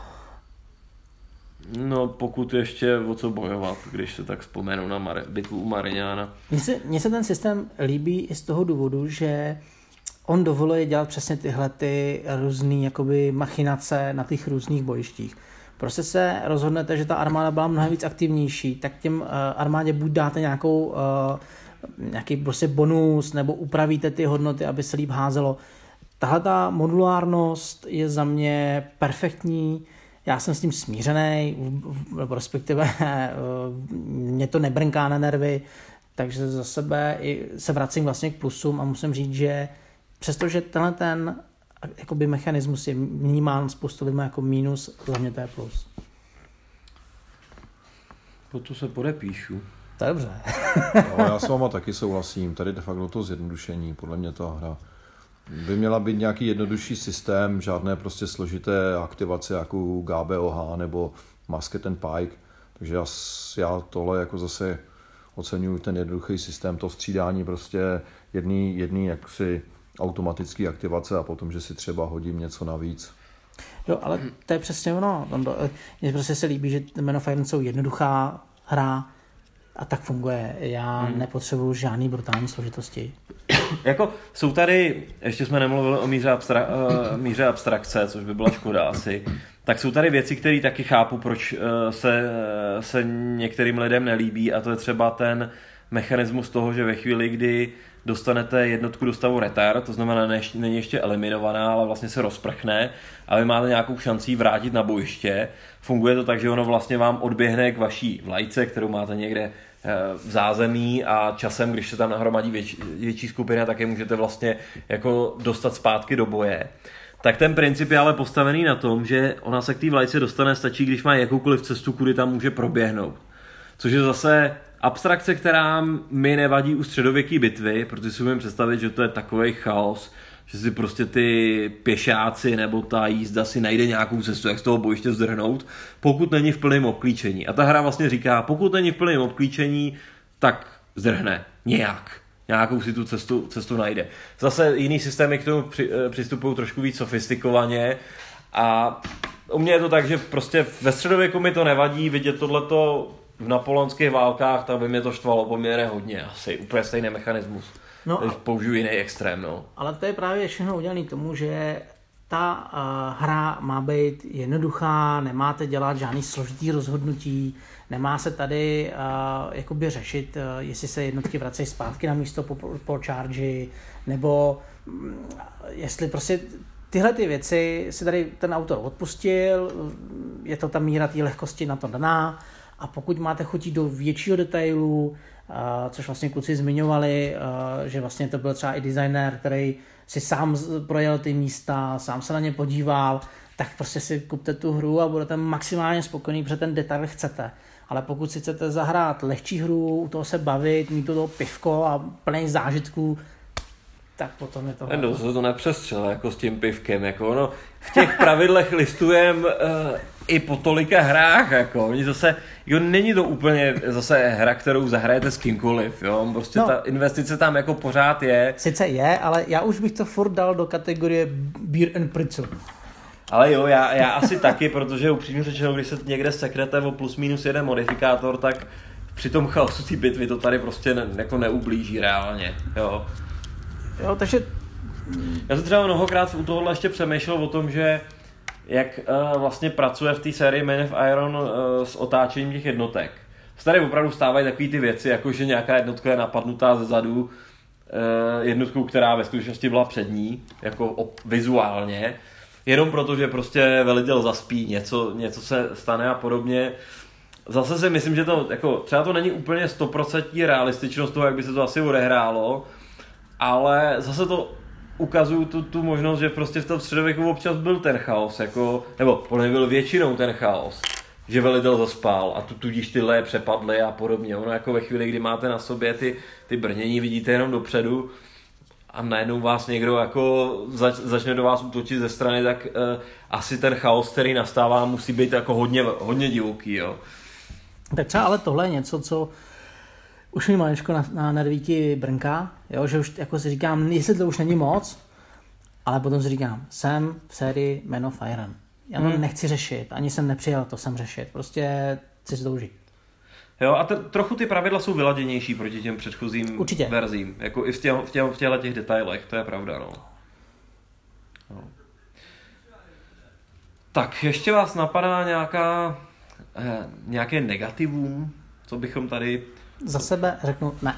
No, pokud ještě o co bojovat, když se tak vzpomenu na bitvu u Mariňána. Mně se ten systém líbí i z toho důvodu, že on dovoluje dělat přesně tyhle ty různý jakoby machinace na těch různých bojištích. Prostě se rozhodnete, že ta armáda byla mnohem víc aktivnější, tak těm armádě buď dáte nějaký prostě bonus, nebo upravíte ty hodnoty, aby se líp házelo. Tahle ta modulárnost je za mě perfektní, já jsem s tím smířený, respektive mě to nebrnká na nervy, takže za sebe se vracím vlastně k plusům a musím říct, že přestože tenhle ten jakoby mechanismus je vnímán spoustu lidmi jako mínus, za mě to je plus. Proto se podepíšu. To je dobře. No, já s váma taky souhlasím, tady de facto to zjednodušení, podle mě ta hra by měla být nějaký jednodušší systém, žádné prostě složité aktivace jako GBOH nebo Musket and Pike, takže já tohle jako zase oceňuji ten jednoduchý systém, to střídání prostě jedný jaksi automatický aktivace a potom, že si třeba hodím něco navíc. Jo, ale to je přesně ono. Mně prostě se líbí, že Man of Iron jsou jednoduchá hra a tak funguje. Já nepotřebuju žádný brutální složitosti. Jako jsou tady, ještě jsme nemluvili o míře abstrakce, což by byla škoda asi, tak jsou tady věci, které taky chápu, proč se některým lidem nelíbí a to je třeba ten mechanismus toho, že ve chvíli, kdy dostanete jednotku do stavu retard, to znamená, není ještě eliminovaná, ale vlastně se rozprchne a vy máte nějakou šanci vrátit na bojiště. Funguje to tak, že ono vlastně vám odběhne k vaší vlajce, kterou máte někde v zázemí a časem, když se tam nahromadí větší skupina, tak je můžete vlastně jako dostat zpátky do boje. Tak ten princip je ale postavený na tom, že ona se k té vlajce dostane, stačí, když má jakoukoliv cestu, kudy tam může proběhnout. Což je zase abstrakce, která mi nevadí u středověké bitvy, protože si umím představit, že to je takový chaos, že si prostě ty pěšáci nebo ta jízda si najde nějakou cestu, jak z toho bojiště zdrhnout, pokud není v plném obklíčení. A ta hra vlastně říká, pokud není v plném obklíčení, tak zdrhne nějak. Nějakou si tu cestu najde. Zase jiný systémy k tomu přistupují trošku víc sofistikovaně a u mě je to tak, že prostě ve středověku mi to nevadí, vidět tohleto v napoleonských válkách, tak by mě to štvalo poměrně hodně, asi úplně stejný mechanismus. No, použiju jiný extrém, no. Ale to je právě všechno udělané tomu, že ta hra má být jednoduchá, nemáte dělat žádný složitý rozhodnutí, nemá se tady jakoby řešit, jestli se jednotky vracejí zpátky na místo po charge, nebo jestli prostě tyhle ty věci si tady ten autor odpustil, je to ta míra té lehkosti na to daná, a pokud máte chutí do většího detailu, což vlastně kluci zmiňovali, že vlastně to byl třeba i designér, který si sám projel ty místa, sám se na ně podíval, tak prostě si kupte tu hru a budete maximálně spokojený, protože ten detail chcete. Ale pokud si chcete zahrát lehčí hru, u toho se bavit, mít to pivko a plný zážitků, tak potom je to... Endo se to nepřestřel jako s tím pivkem, jako ono v těch pravidlech listujem i po tolika hrách, jako oni zase, jo, není to úplně zase hra, kterou zahrajete s kýmkoliv, jo, prostě ta investice tam jako pořád je. Sice je, ale já už bych to furt dal do kategorie Beer and Pritzu. Ale jo, já asi taky, protože upřímně řečeno, když se někde seknete o plus minus jeden modifikátor, tak při tom chaosu té bitvy to tady prostě jako neublíží reálně, jo. Jo, takže... Já jsem třeba mnohokrát u tohohle ještě přemýšlel o tom, že jak vlastně pracuje v té sérii Man of Iron s otáčením těch jednotek. Se tady opravdu stávají takové ty věci, jako že nějaká jednotka je napadnutá ze zadu jednotkou, která ve skutečnosti byla před ní, jako vizuálně, jenom proto, že prostě velitel zaspí, něco se stane a podobně. Zase si myslím, že to jako, třeba to není úplně 100% realističnost toho, jak by se to asi odehrálo, ale zase to ukazuju tu možnost, že prostě v tom středověku občas byl ten chaos, jako, nebo podle mě byl většinou ten chaos, že velitel zaspal a tudíž ty leje přepadly a podobně. Ono jako ve chvíli, kdy máte na sobě ty brnění, vidíte jenom dopředu a najednou vás někdo jako začne do vás útočit ze strany, tak asi ten chaos, který nastává, musí být jako hodně divoký, jo. Tak třeba ale tohle je něco, co už mi maličko na nervíky brnká, jo, že už jako si říkám, jestli to už není moc, ale potom si říkám, jsem v sérii Man of Iron. Já to nechci řešit, ani jsem nepřijel to sem řešit, prostě chci si to užít. Jo, a trochu ty pravidla jsou vyladěnější proti těm předchozím verzím, jako i v těchto těch detailech, to je pravda, no. Tak, ještě vás napadá nějaké negativum, co bychom tady... Za sebe řeknu ne.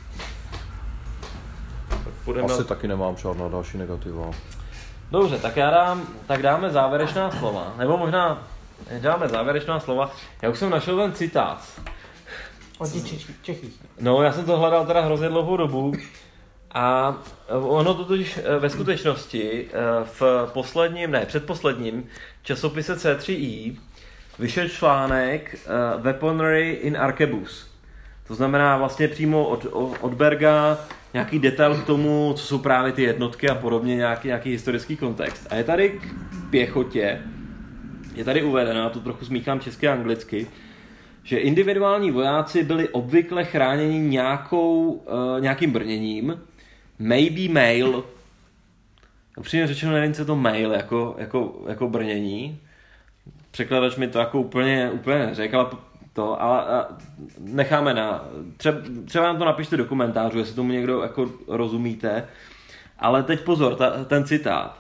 Asi taky nemám žádná další negativa. Dobře, tak dáme závěrečná slova. Nebo možná dáme závěrečná slova. Já už jsem našel ten citát. Od Čechých. No, já jsem to hledal teda hrozně dlouhou dobu. A ono to totiž ve skutečnosti v předposledním časopise C3I vyšel článek Weaponry in Arquebus. To znamená vlastně přímo od Berga nějaký detail k tomu, co jsou právě ty jednotky a podobně, nějaký historický kontext. A je tady k pěchotě, je tady uvedeno, to trochu smíchám česky a anglicky, že individuální vojáci byli obvykle chráněni nějakým brněním, maybe mail. Upřímně řečeno nevím, co je to mail jako brnění. Překladač mi to jako úplně neřekl, ale necháme třeba nám to napište do komentářů, jestli tomu někdo jako rozumíte. Ale teď pozor, ten citát.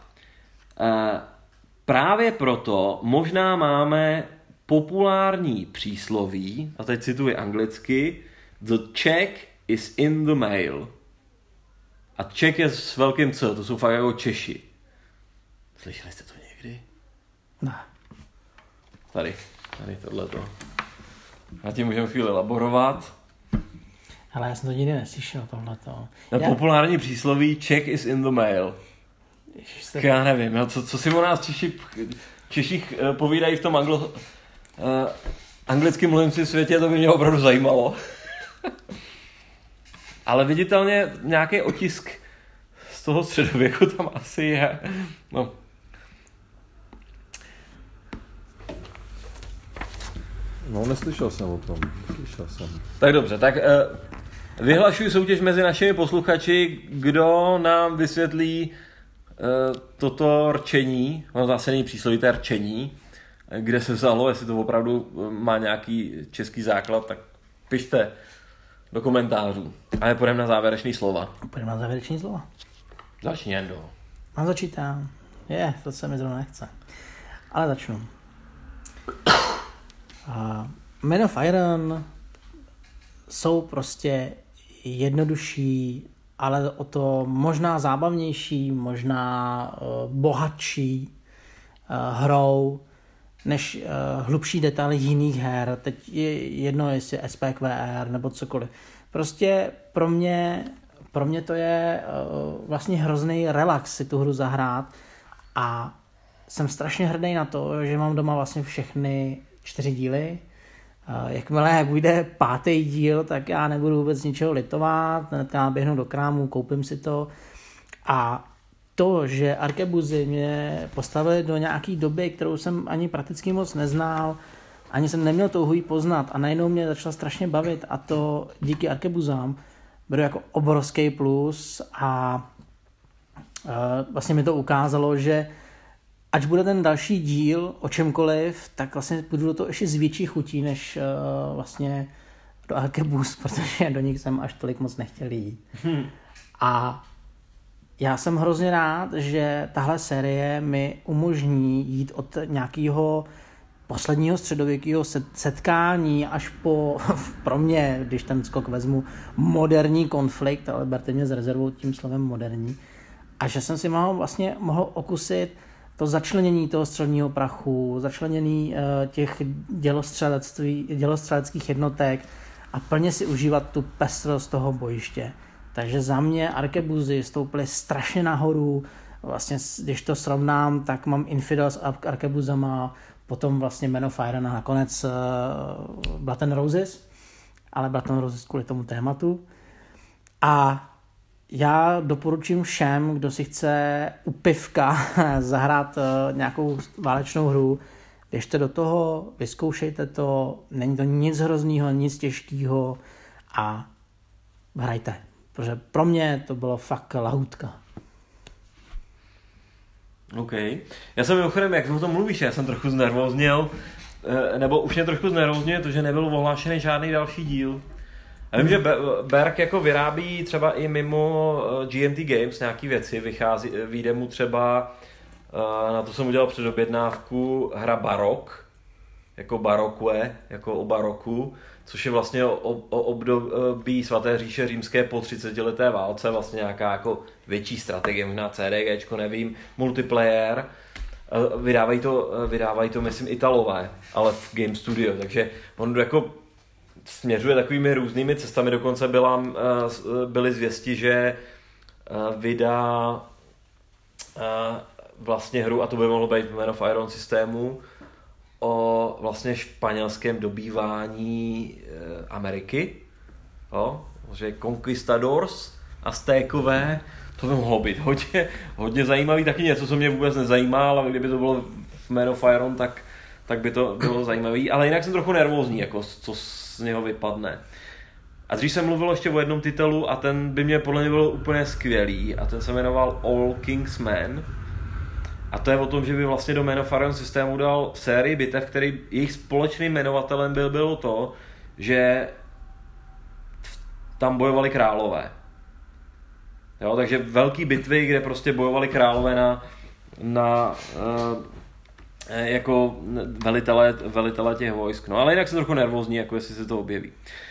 Právě proto možná máme populární přísloví, a teď cituji anglicky, the check is in the mail. A Čech je s velkým C, to jsou fakt jako Češi. Slyšeli jste to někdy? Ne. Tady tohleto. A tím můžeme chvíli laborovat. Ale já jsem to nikdy neslyšel, tohleto. Populární přísloví check is in the mail. Já nevím, co si o nás Češi povídají v tom anglicky mluvícím světě, to by mě opravdu zajímalo. Ale viditelně nějaký otisk z toho středověku tam asi je. No. No, neslyšel jsem o tom. Tak dobře, tak vyhlašuji soutěž mezi našimi posluchači, kdo nám vysvětlí toto rčení, ono zase není příslovité rčení, kde se vzalo, jestli to opravdu má nějaký český základ, tak pište do komentářů. Ale půjdeme na závěrečný slova. Půjdeme na závěrečný slova. Další Jendo. Mám začít já. To se mi zrovna nechce. Ale začnu. Men of Iron jsou prostě jednodušší, ale o to možná zábavnější, možná bohatší hrou, než hlubší detaily jiných her. Teď je jedno, jestli SPQR nebo cokoliv. Prostě pro mě to je vlastně hrozný relax si tu hru zahrát a jsem strašně hrdý na to, že mám doma vlastně všechny 4 díly. Jakmile bude 5. díl, tak já nebudu vůbec ničeho litovat, hnedka běhnu do krámu, koupím si to. A to, že Arkebuzy mě postavili do nějaký doby, kterou jsem ani prakticky moc neznal, ani jsem neměl touhu ji poznat a najednou mě začala strašně bavit a to díky Arkebuzám beru jako obrovský plus a vlastně mi to ukázalo, že ač bude ten další díl o čemkoliv, tak vlastně budu do toho ještě s větší chutí, než vlastně do Arkebuz, protože do nich jsem až tolik moc nechtěl jít. A já jsem hrozně rád, že tahle série mi umožní jít od nějakého posledního středověkého setkání až po, pro mě, když ten skok vezmu, moderní konflikt, ale berte mě s rezervou tím slovem moderní, a že jsem si mohl okusit to začlenění toho střelního prachu, začlenění těch dělostřeleckých jednotek a plně si užívat tu pestrost toho bojiště. Takže za mě Arkebuzy stoupily strašně nahoru. Vlastně, když to srovnám, tak mám Infidel s Arkebuzama, potom vlastně Men of Iron a nakonec Blood and Roses, ale Blood and Roses kvůli tomu tématu. A já doporučím všem, kdo si chce u pivka zahrát nějakou válečnou hru, běžte do toho, vyzkoušejte to, není to nic hroznýho, nic těžkýho a hrajte. Protože pro mě to bylo fakt lahůdka. OK. Já jsem mimochodem, jak o tom mluvíš, já jsem trochu znervózněl, nebo už mě trošku znervózňuje to, že nebyl ohlášený žádný další díl. Já vím, že Berg jako vyrábí třeba i mimo GMT Games nějaký věci, vyjde mu třeba, na to jsem udělal předobjednávku, hra Barok, jako Barokue, jako o baroku, což je vlastně o období svaté říše římské po 30leté válce, vlastně nějaká jako větší strategie, možná CDGčko, nevím, multiplayer. Vydávají to, myslím, Italové, ale v Game Studio, takže on jako směřuje takovými různými cestami, dokonce byly zvěsti, že vydá vlastně hru, a to by mohlo být Men of Iron systému, o vlastně španělském dobývání Ameriky, že Conquistadors, Aztékové, to by mohlo být hodně zajímavý, taky něco, co mě vůbec nezajímá, ale kdyby to bylo v Man of Iron, tak by to bylo zajímavý, ale jinak jsem trochu nervózní, jako co z něho vypadne. A dřív jsem mluvil ještě o jednom titulu a ten by mě podle mě byl úplně skvělý a ten se jmenoval All King's Men. A to je o tom, že by vlastně do Man of Iron systému dal sérii bitev, který jejich společným jmenovatelem bylo to, že tam bojovali králové. Jo, takže velký bitvy, kde prostě bojovali králové na jako velitele těch vojsk. No ale jinak jsem trochu nervózní, jako jestli se to objeví.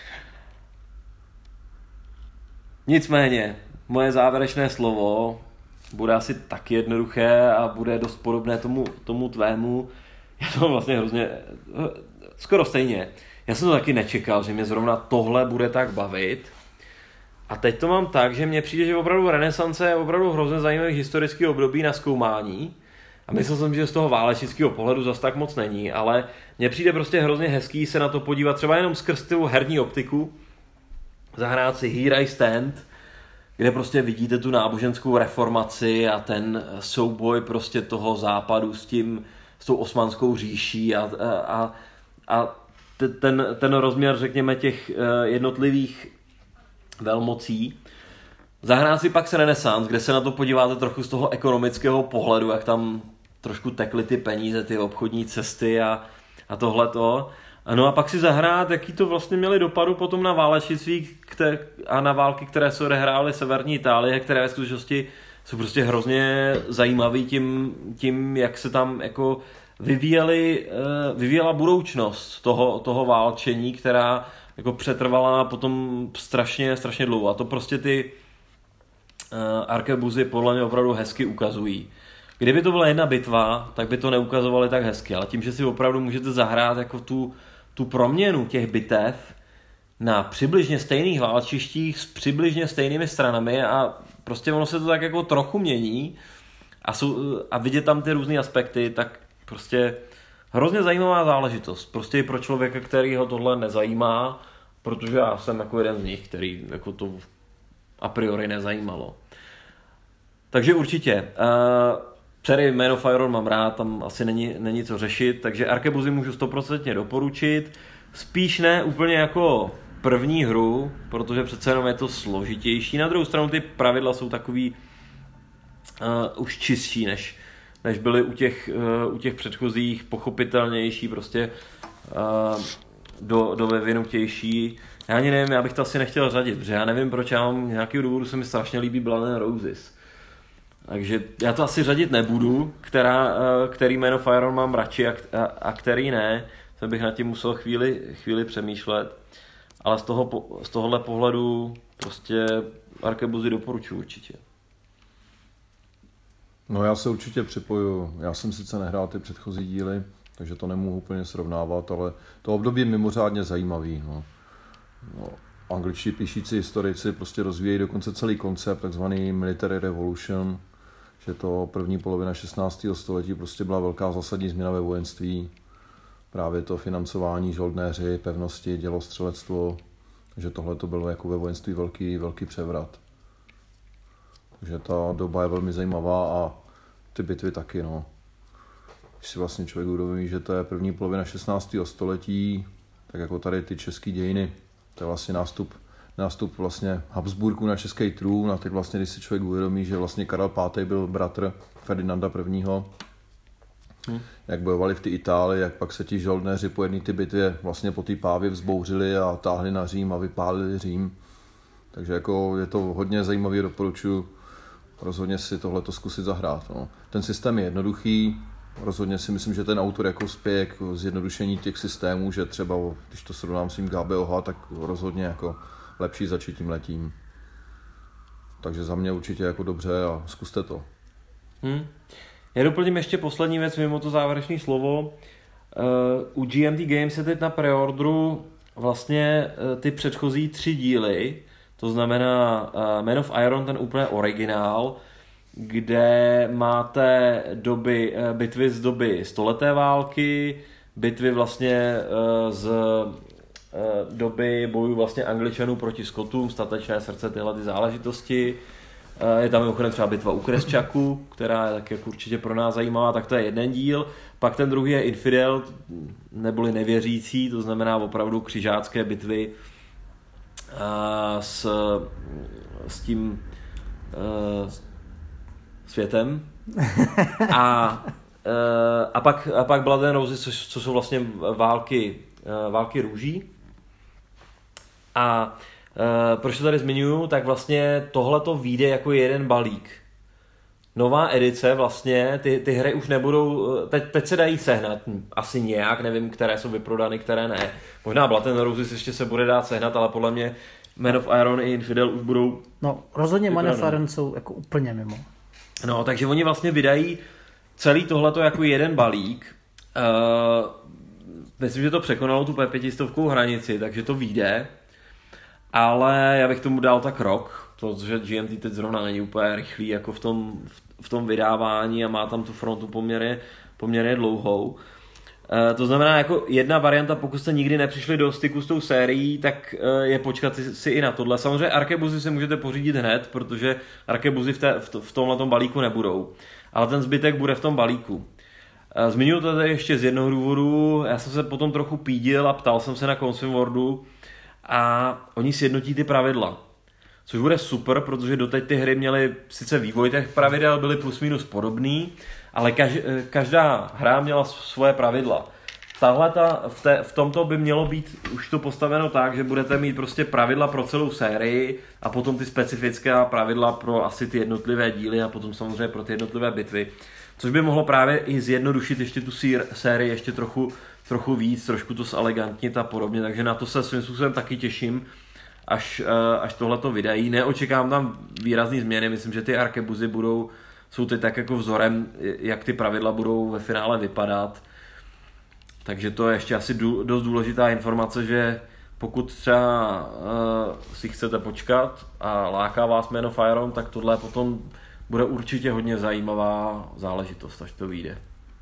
Nicméně, moje závěrečné slovo bude asi tak jednoduché a bude dost podobné tomu tvému. Já to vlastně hrozně, skoro stejně. Já jsem to taky nečekal, že mě zrovna tohle bude tak bavit. A teď to mám tak, že mně přijde, že opravdu renesance je opravdu hrozně zajímavý historický období na zkoumání. A myslel jsem, že z toho válečnického pohledu zas tak moc není, ale mně přijde prostě hrozně hezký se na to podívat třeba jenom skrz tu herní optiku, zahrát si Here I Stand, kde prostě vidíte tu náboženskou reformaci a ten souboj prostě toho západu s tou osmanskou říší a ten rozměr, řekněme, těch jednotlivých velmocí. Zahrát si pak renesans, kde se na to podíváte trochu z toho ekonomického pohledu, jak tam trošku tekly ty peníze, ty obchodní cesty a tohleto. No a pak si zahrát, jaký to vlastně měli dopadu potom na válečnictví a na války, které se odehrály v severní Itálii, které ve skutečnosti jsou prostě hrozně zajímavý tím, jak se tam jako vyvíjela budoucnost toho válčení, která jako přetrvala potom strašně dlouho. A to prostě ty arkebuzy podle mě opravdu hezky ukazují. Kdyby to byla jedna bitva, tak by to neukazovali tak hezky, ale tím, že si opravdu můžete zahrát jako tu proměnu těch bitev na přibližně stejných válčištích s přibližně stejnými stranami a prostě ono se to tak jako trochu mění a vidět tam ty různé aspekty, tak prostě hrozně zajímavá záležitost. Prostě i pro člověka, který ho tohle nezajímá, protože já jsem jako jeden z nich, který jako to a priori nezajímalo. Takže určitě. Celý Man of Iron mám rád, tam asi není co řešit, takže Arkebuzy můžu 100% doporučit. Spíš ne úplně jako první hru, protože přece jenom je to složitější. Na druhou stranu ty pravidla jsou takový už čistší, než byly u těch předchozích, pochopitelnější, prostě do vyvinutější. Já ani nevím, já bych to asi nechtěl řadit, protože já nevím, proč, já mám nějaký důvodu, se mi strašně líbí Blood and Roses. Takže já to asi řadit nebudu, který Man of Iron mám radši a který ne. To bych nad tím musel chvíli přemýšlet. Ale z tohohle pohledu prostě Arkebuzy doporučuji určitě. No já se určitě připoju. Já jsem sice nehrál ty předchozí díly, takže to nemohu úplně srovnávat, ale to období je mimořádně zajímavý. No, angličtí píšící historici prostě rozvíjejí dokonce celý koncept, takzvaný Military Revolution, že to první polovina 16. století prostě byla velká zásadní změna ve vojenství. Právě to financování, žoldnéři, pevnosti, dělostřelectvo, že tohle to bylo jako ve vojenství velký převrat. Takže ta doba je velmi zajímavá a ty bitvy taky, no. Když si vlastně člověk uvědomí, že to je první polovina 16. století, tak jako tady ty české dějiny, to je vlastně nástup vlastně Habsburků na český trůn a teď vlastně, když si člověk uvědomí, že vlastně Karel V. byl bratr Ferdinanda I. Jak bojovali v té Itálii, jak pak se ti žoldnéři po jedné ty bitvě vlastně po té Pávě vzbouřili a táhli na Řím a vypálili Řím. Takže jako je to hodně zajímavý, doporučuji rozhodně si tohleto zkusit zahrát. No. Ten systém je jednoduchý, rozhodně si myslím, že ten autor jako spěje k zjednodušení těch systémů, že třeba, když to srovnám s tím GBOH, tak rozhodně jako lepší začít tím letím. Takže za mě určitě jako dobře a zkuste to. Já doplním ještě poslední věc mimo to závěrečné slovo. U GMT Games je teď na preordru vlastně ty předchozí 3 díly, to znamená Man of Iron, ten úplně originál, kde máte bitvy z doby stoleté války, bitvy vlastně z doby bojů vlastně Angličanů proti Skotům, statečné srdce, tyhle ty záležitosti. Je tam mimochodem třeba bitva u Kresčaku, která je tak jako určitě pro nás zajímavá, tak to je jeden díl. Pak ten druhý je Infidel, neboli nevěřící, to znamená opravdu křižácké bitvy s tím světem. A pak Blood and Roses, což jsou vlastně války růží. A proč to tady zmiňuju, tak vlastně tohleto vyjde jako jeden balík. Nová edice vlastně, ty hry už nebudou, teď se dají sehnat, asi nějak, nevím, které jsou vyprodány, které ne. Možná Blood and Roses ještě se bude dát sehnat, ale podle mě Man of Iron i Infidel už budou... No, rozhodně Man of Iron jsou jako úplně mimo. No, takže oni vlastně vydají celý tohleto jako jeden balík. Myslím, že to překonalo tu P500 hranici, takže to vyjde. Ale já bych tomu dal tak rok, protože GMT teď zrovna není úplně rychlý jako v tom vydávání a má tam tu frontu poměrně dlouhou. To znamená, jako jedna varianta, pokud jste nikdy nepřišli do styku s tou sérií, tak je počkat si i na tohle. Samozřejmě Arkebuzy si můžete pořídit hned, protože Arkebuzy v tomhletom balíku nebudou. Ale ten zbytek bude v tom balíku. Zmiňuji to tady ještě z jednoho důvodu, já jsem se potom trochu pídil a ptal jsem se na Consum Worldu a oni sjednotí ty pravidla. Což bude super, protože doteď ty hry měly sice vývoj těch pravidel, byly plus minus podobný, ale každá hra měla svoje pravidla. v tomto by mělo být už to postaveno tak, že budete mít prostě pravidla pro celou sérii a potom ty specifická pravidla pro asi ty jednotlivé díly a potom samozřejmě pro ty jednotlivé bitvy. Což by mohlo právě i zjednodušit ještě tu sérii ještě trochu víc, trošku to zelegantnit a podobně, takže na to se svým způsobem taky těším, až tohleto vydají. Neočekávám tam výrazný změny, myslím, že ty arkebuzy jsou teď tak jako vzorem, jak ty pravidla budou ve finále vypadat. Takže to je ještě asi dost důležitá informace, že pokud třeba si chcete počkat a láká vás Man of Iron, tak tohle potom bude určitě hodně zajímavá záležitost, až to vyjde.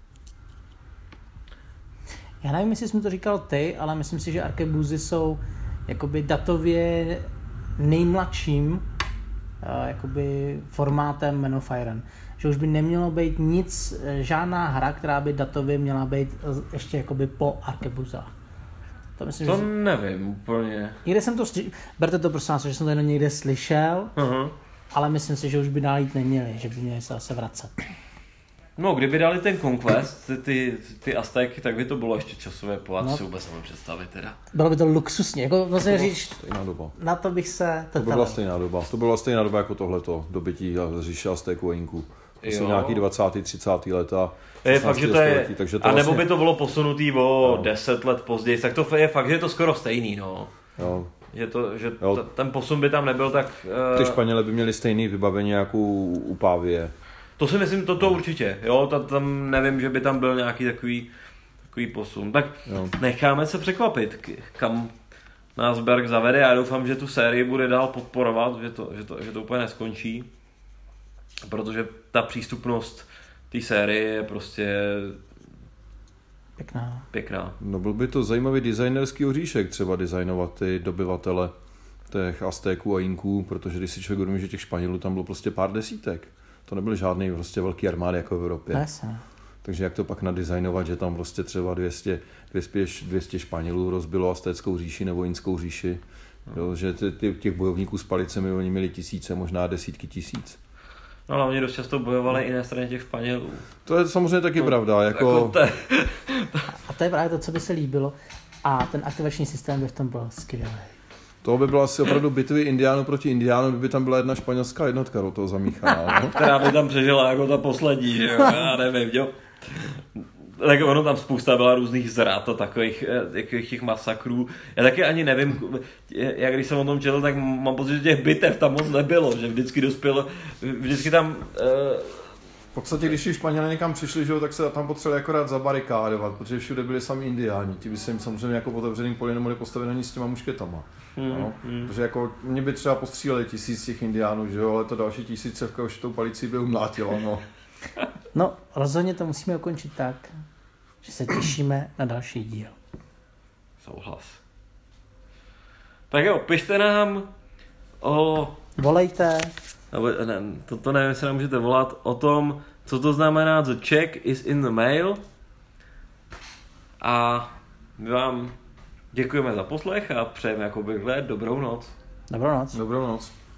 Já nevím, jestli jsi mi to říkal ty, ale myslím si, že arkebuzy jsou jakoby datově nejmladším jakoby formátem Man of Iron. Že už by nemělo být nic, žádná hra, která by datově měla být ještě jakoby po arkebuzách. To myslím, to nevím úplně. Někde jsem to, berte to prosím vás, že jsem to jenom někde slyšel, ale myslím si, že už by dál jít neměli, že by měli se zase vracet. No, kdyby dali ten Conquest, ty Aztéky, tak by to bylo ještě časové pohod, si vůbec nemůžu představit teda. Bylo by to luxusně, jako vlastně říct, stejná doba. na to bych se... To byla stejná doba, jako tohleto, dobytí říše Aztéků a Inků. To jsou nějaký 20. 30. leta. Je fakt, že to je, takže to a nebo vlastně... by to bylo posunutý o 10 let později, tak to je fakt, že je to skoro stejný, no. Jo. Ten posun by tam nebyl tak... Ty Španělé by měli stejný vybavení jako u Pávie. To si myslím, to určitě, jo, tam nevím, že by tam byl nějaký takový posun. Tak necháme se překvapit, kam nás Berg zavede. Já doufám, že tu sérii bude dál podporovat, že to úplně neskončí, protože ta přístupnost té série je prostě pěkná. No byl by to zajímavý designerský oříšek třeba designovat ty dobyvatele těch Aztéků a Inků, protože když si člověk uvědomí, že těch Španělů tam bylo prostě pár desítek. To nebyly žádný prostě velký armády jako v Evropě. Jasně. Takže jak to pak nadizajnovat, že tam prostě třeba 200 Španělů rozbilo Aztéckou říši nebo Inskou říši. Jo, že těch bojovníků s palicemi oni měli tisíce, možná desítky tisíc. No ale oni dost často bojovali i na straně těch Španělů. To je samozřejmě taky pravda. A to je právě to, co by se líbilo. A ten aktivační systém by v tom byl skvělý. To by byla asi opravdu bitvy Indiánů proti Indiánům, kdyby tam byla jedna španělská jednotka do toho zamíchaná. No? Která by tam přežila jako ta poslední, že jo? Já nevím, jo. Tak ono tam spousta byla různých zrát a takových těch masakrů. Já taky ani nevím, jak když jsem o tom četl, tak mám pocit, že těch bitev tam moc nebylo, že vždycky tam... V podstatě, když ti Španělé někam přišli, že jo, tak se tam potřebovali akorát zabarikádovat, protože všude byli sami Indiáni. Ti by se jim samozřejmě jako otevřeným poli nemohli postavit ani s těma mušketama. No? Protože jako mě by třeba postříleli 1000 těch Indiánů, že jo, ale to další 1000 už tou palicí by umlátilo, no. No, rozhodně to musíme ukončit tak, že se těšíme na další díl. Souhlas. Tak jo, pište nám o... Volejte. To nevím, jestli nám můžete volat o tom, co to znamená the check is in the mail. A my vám děkujeme za poslech a přejeme jako obvykle dobrou noc. Dobrou noc. Dobrou noc.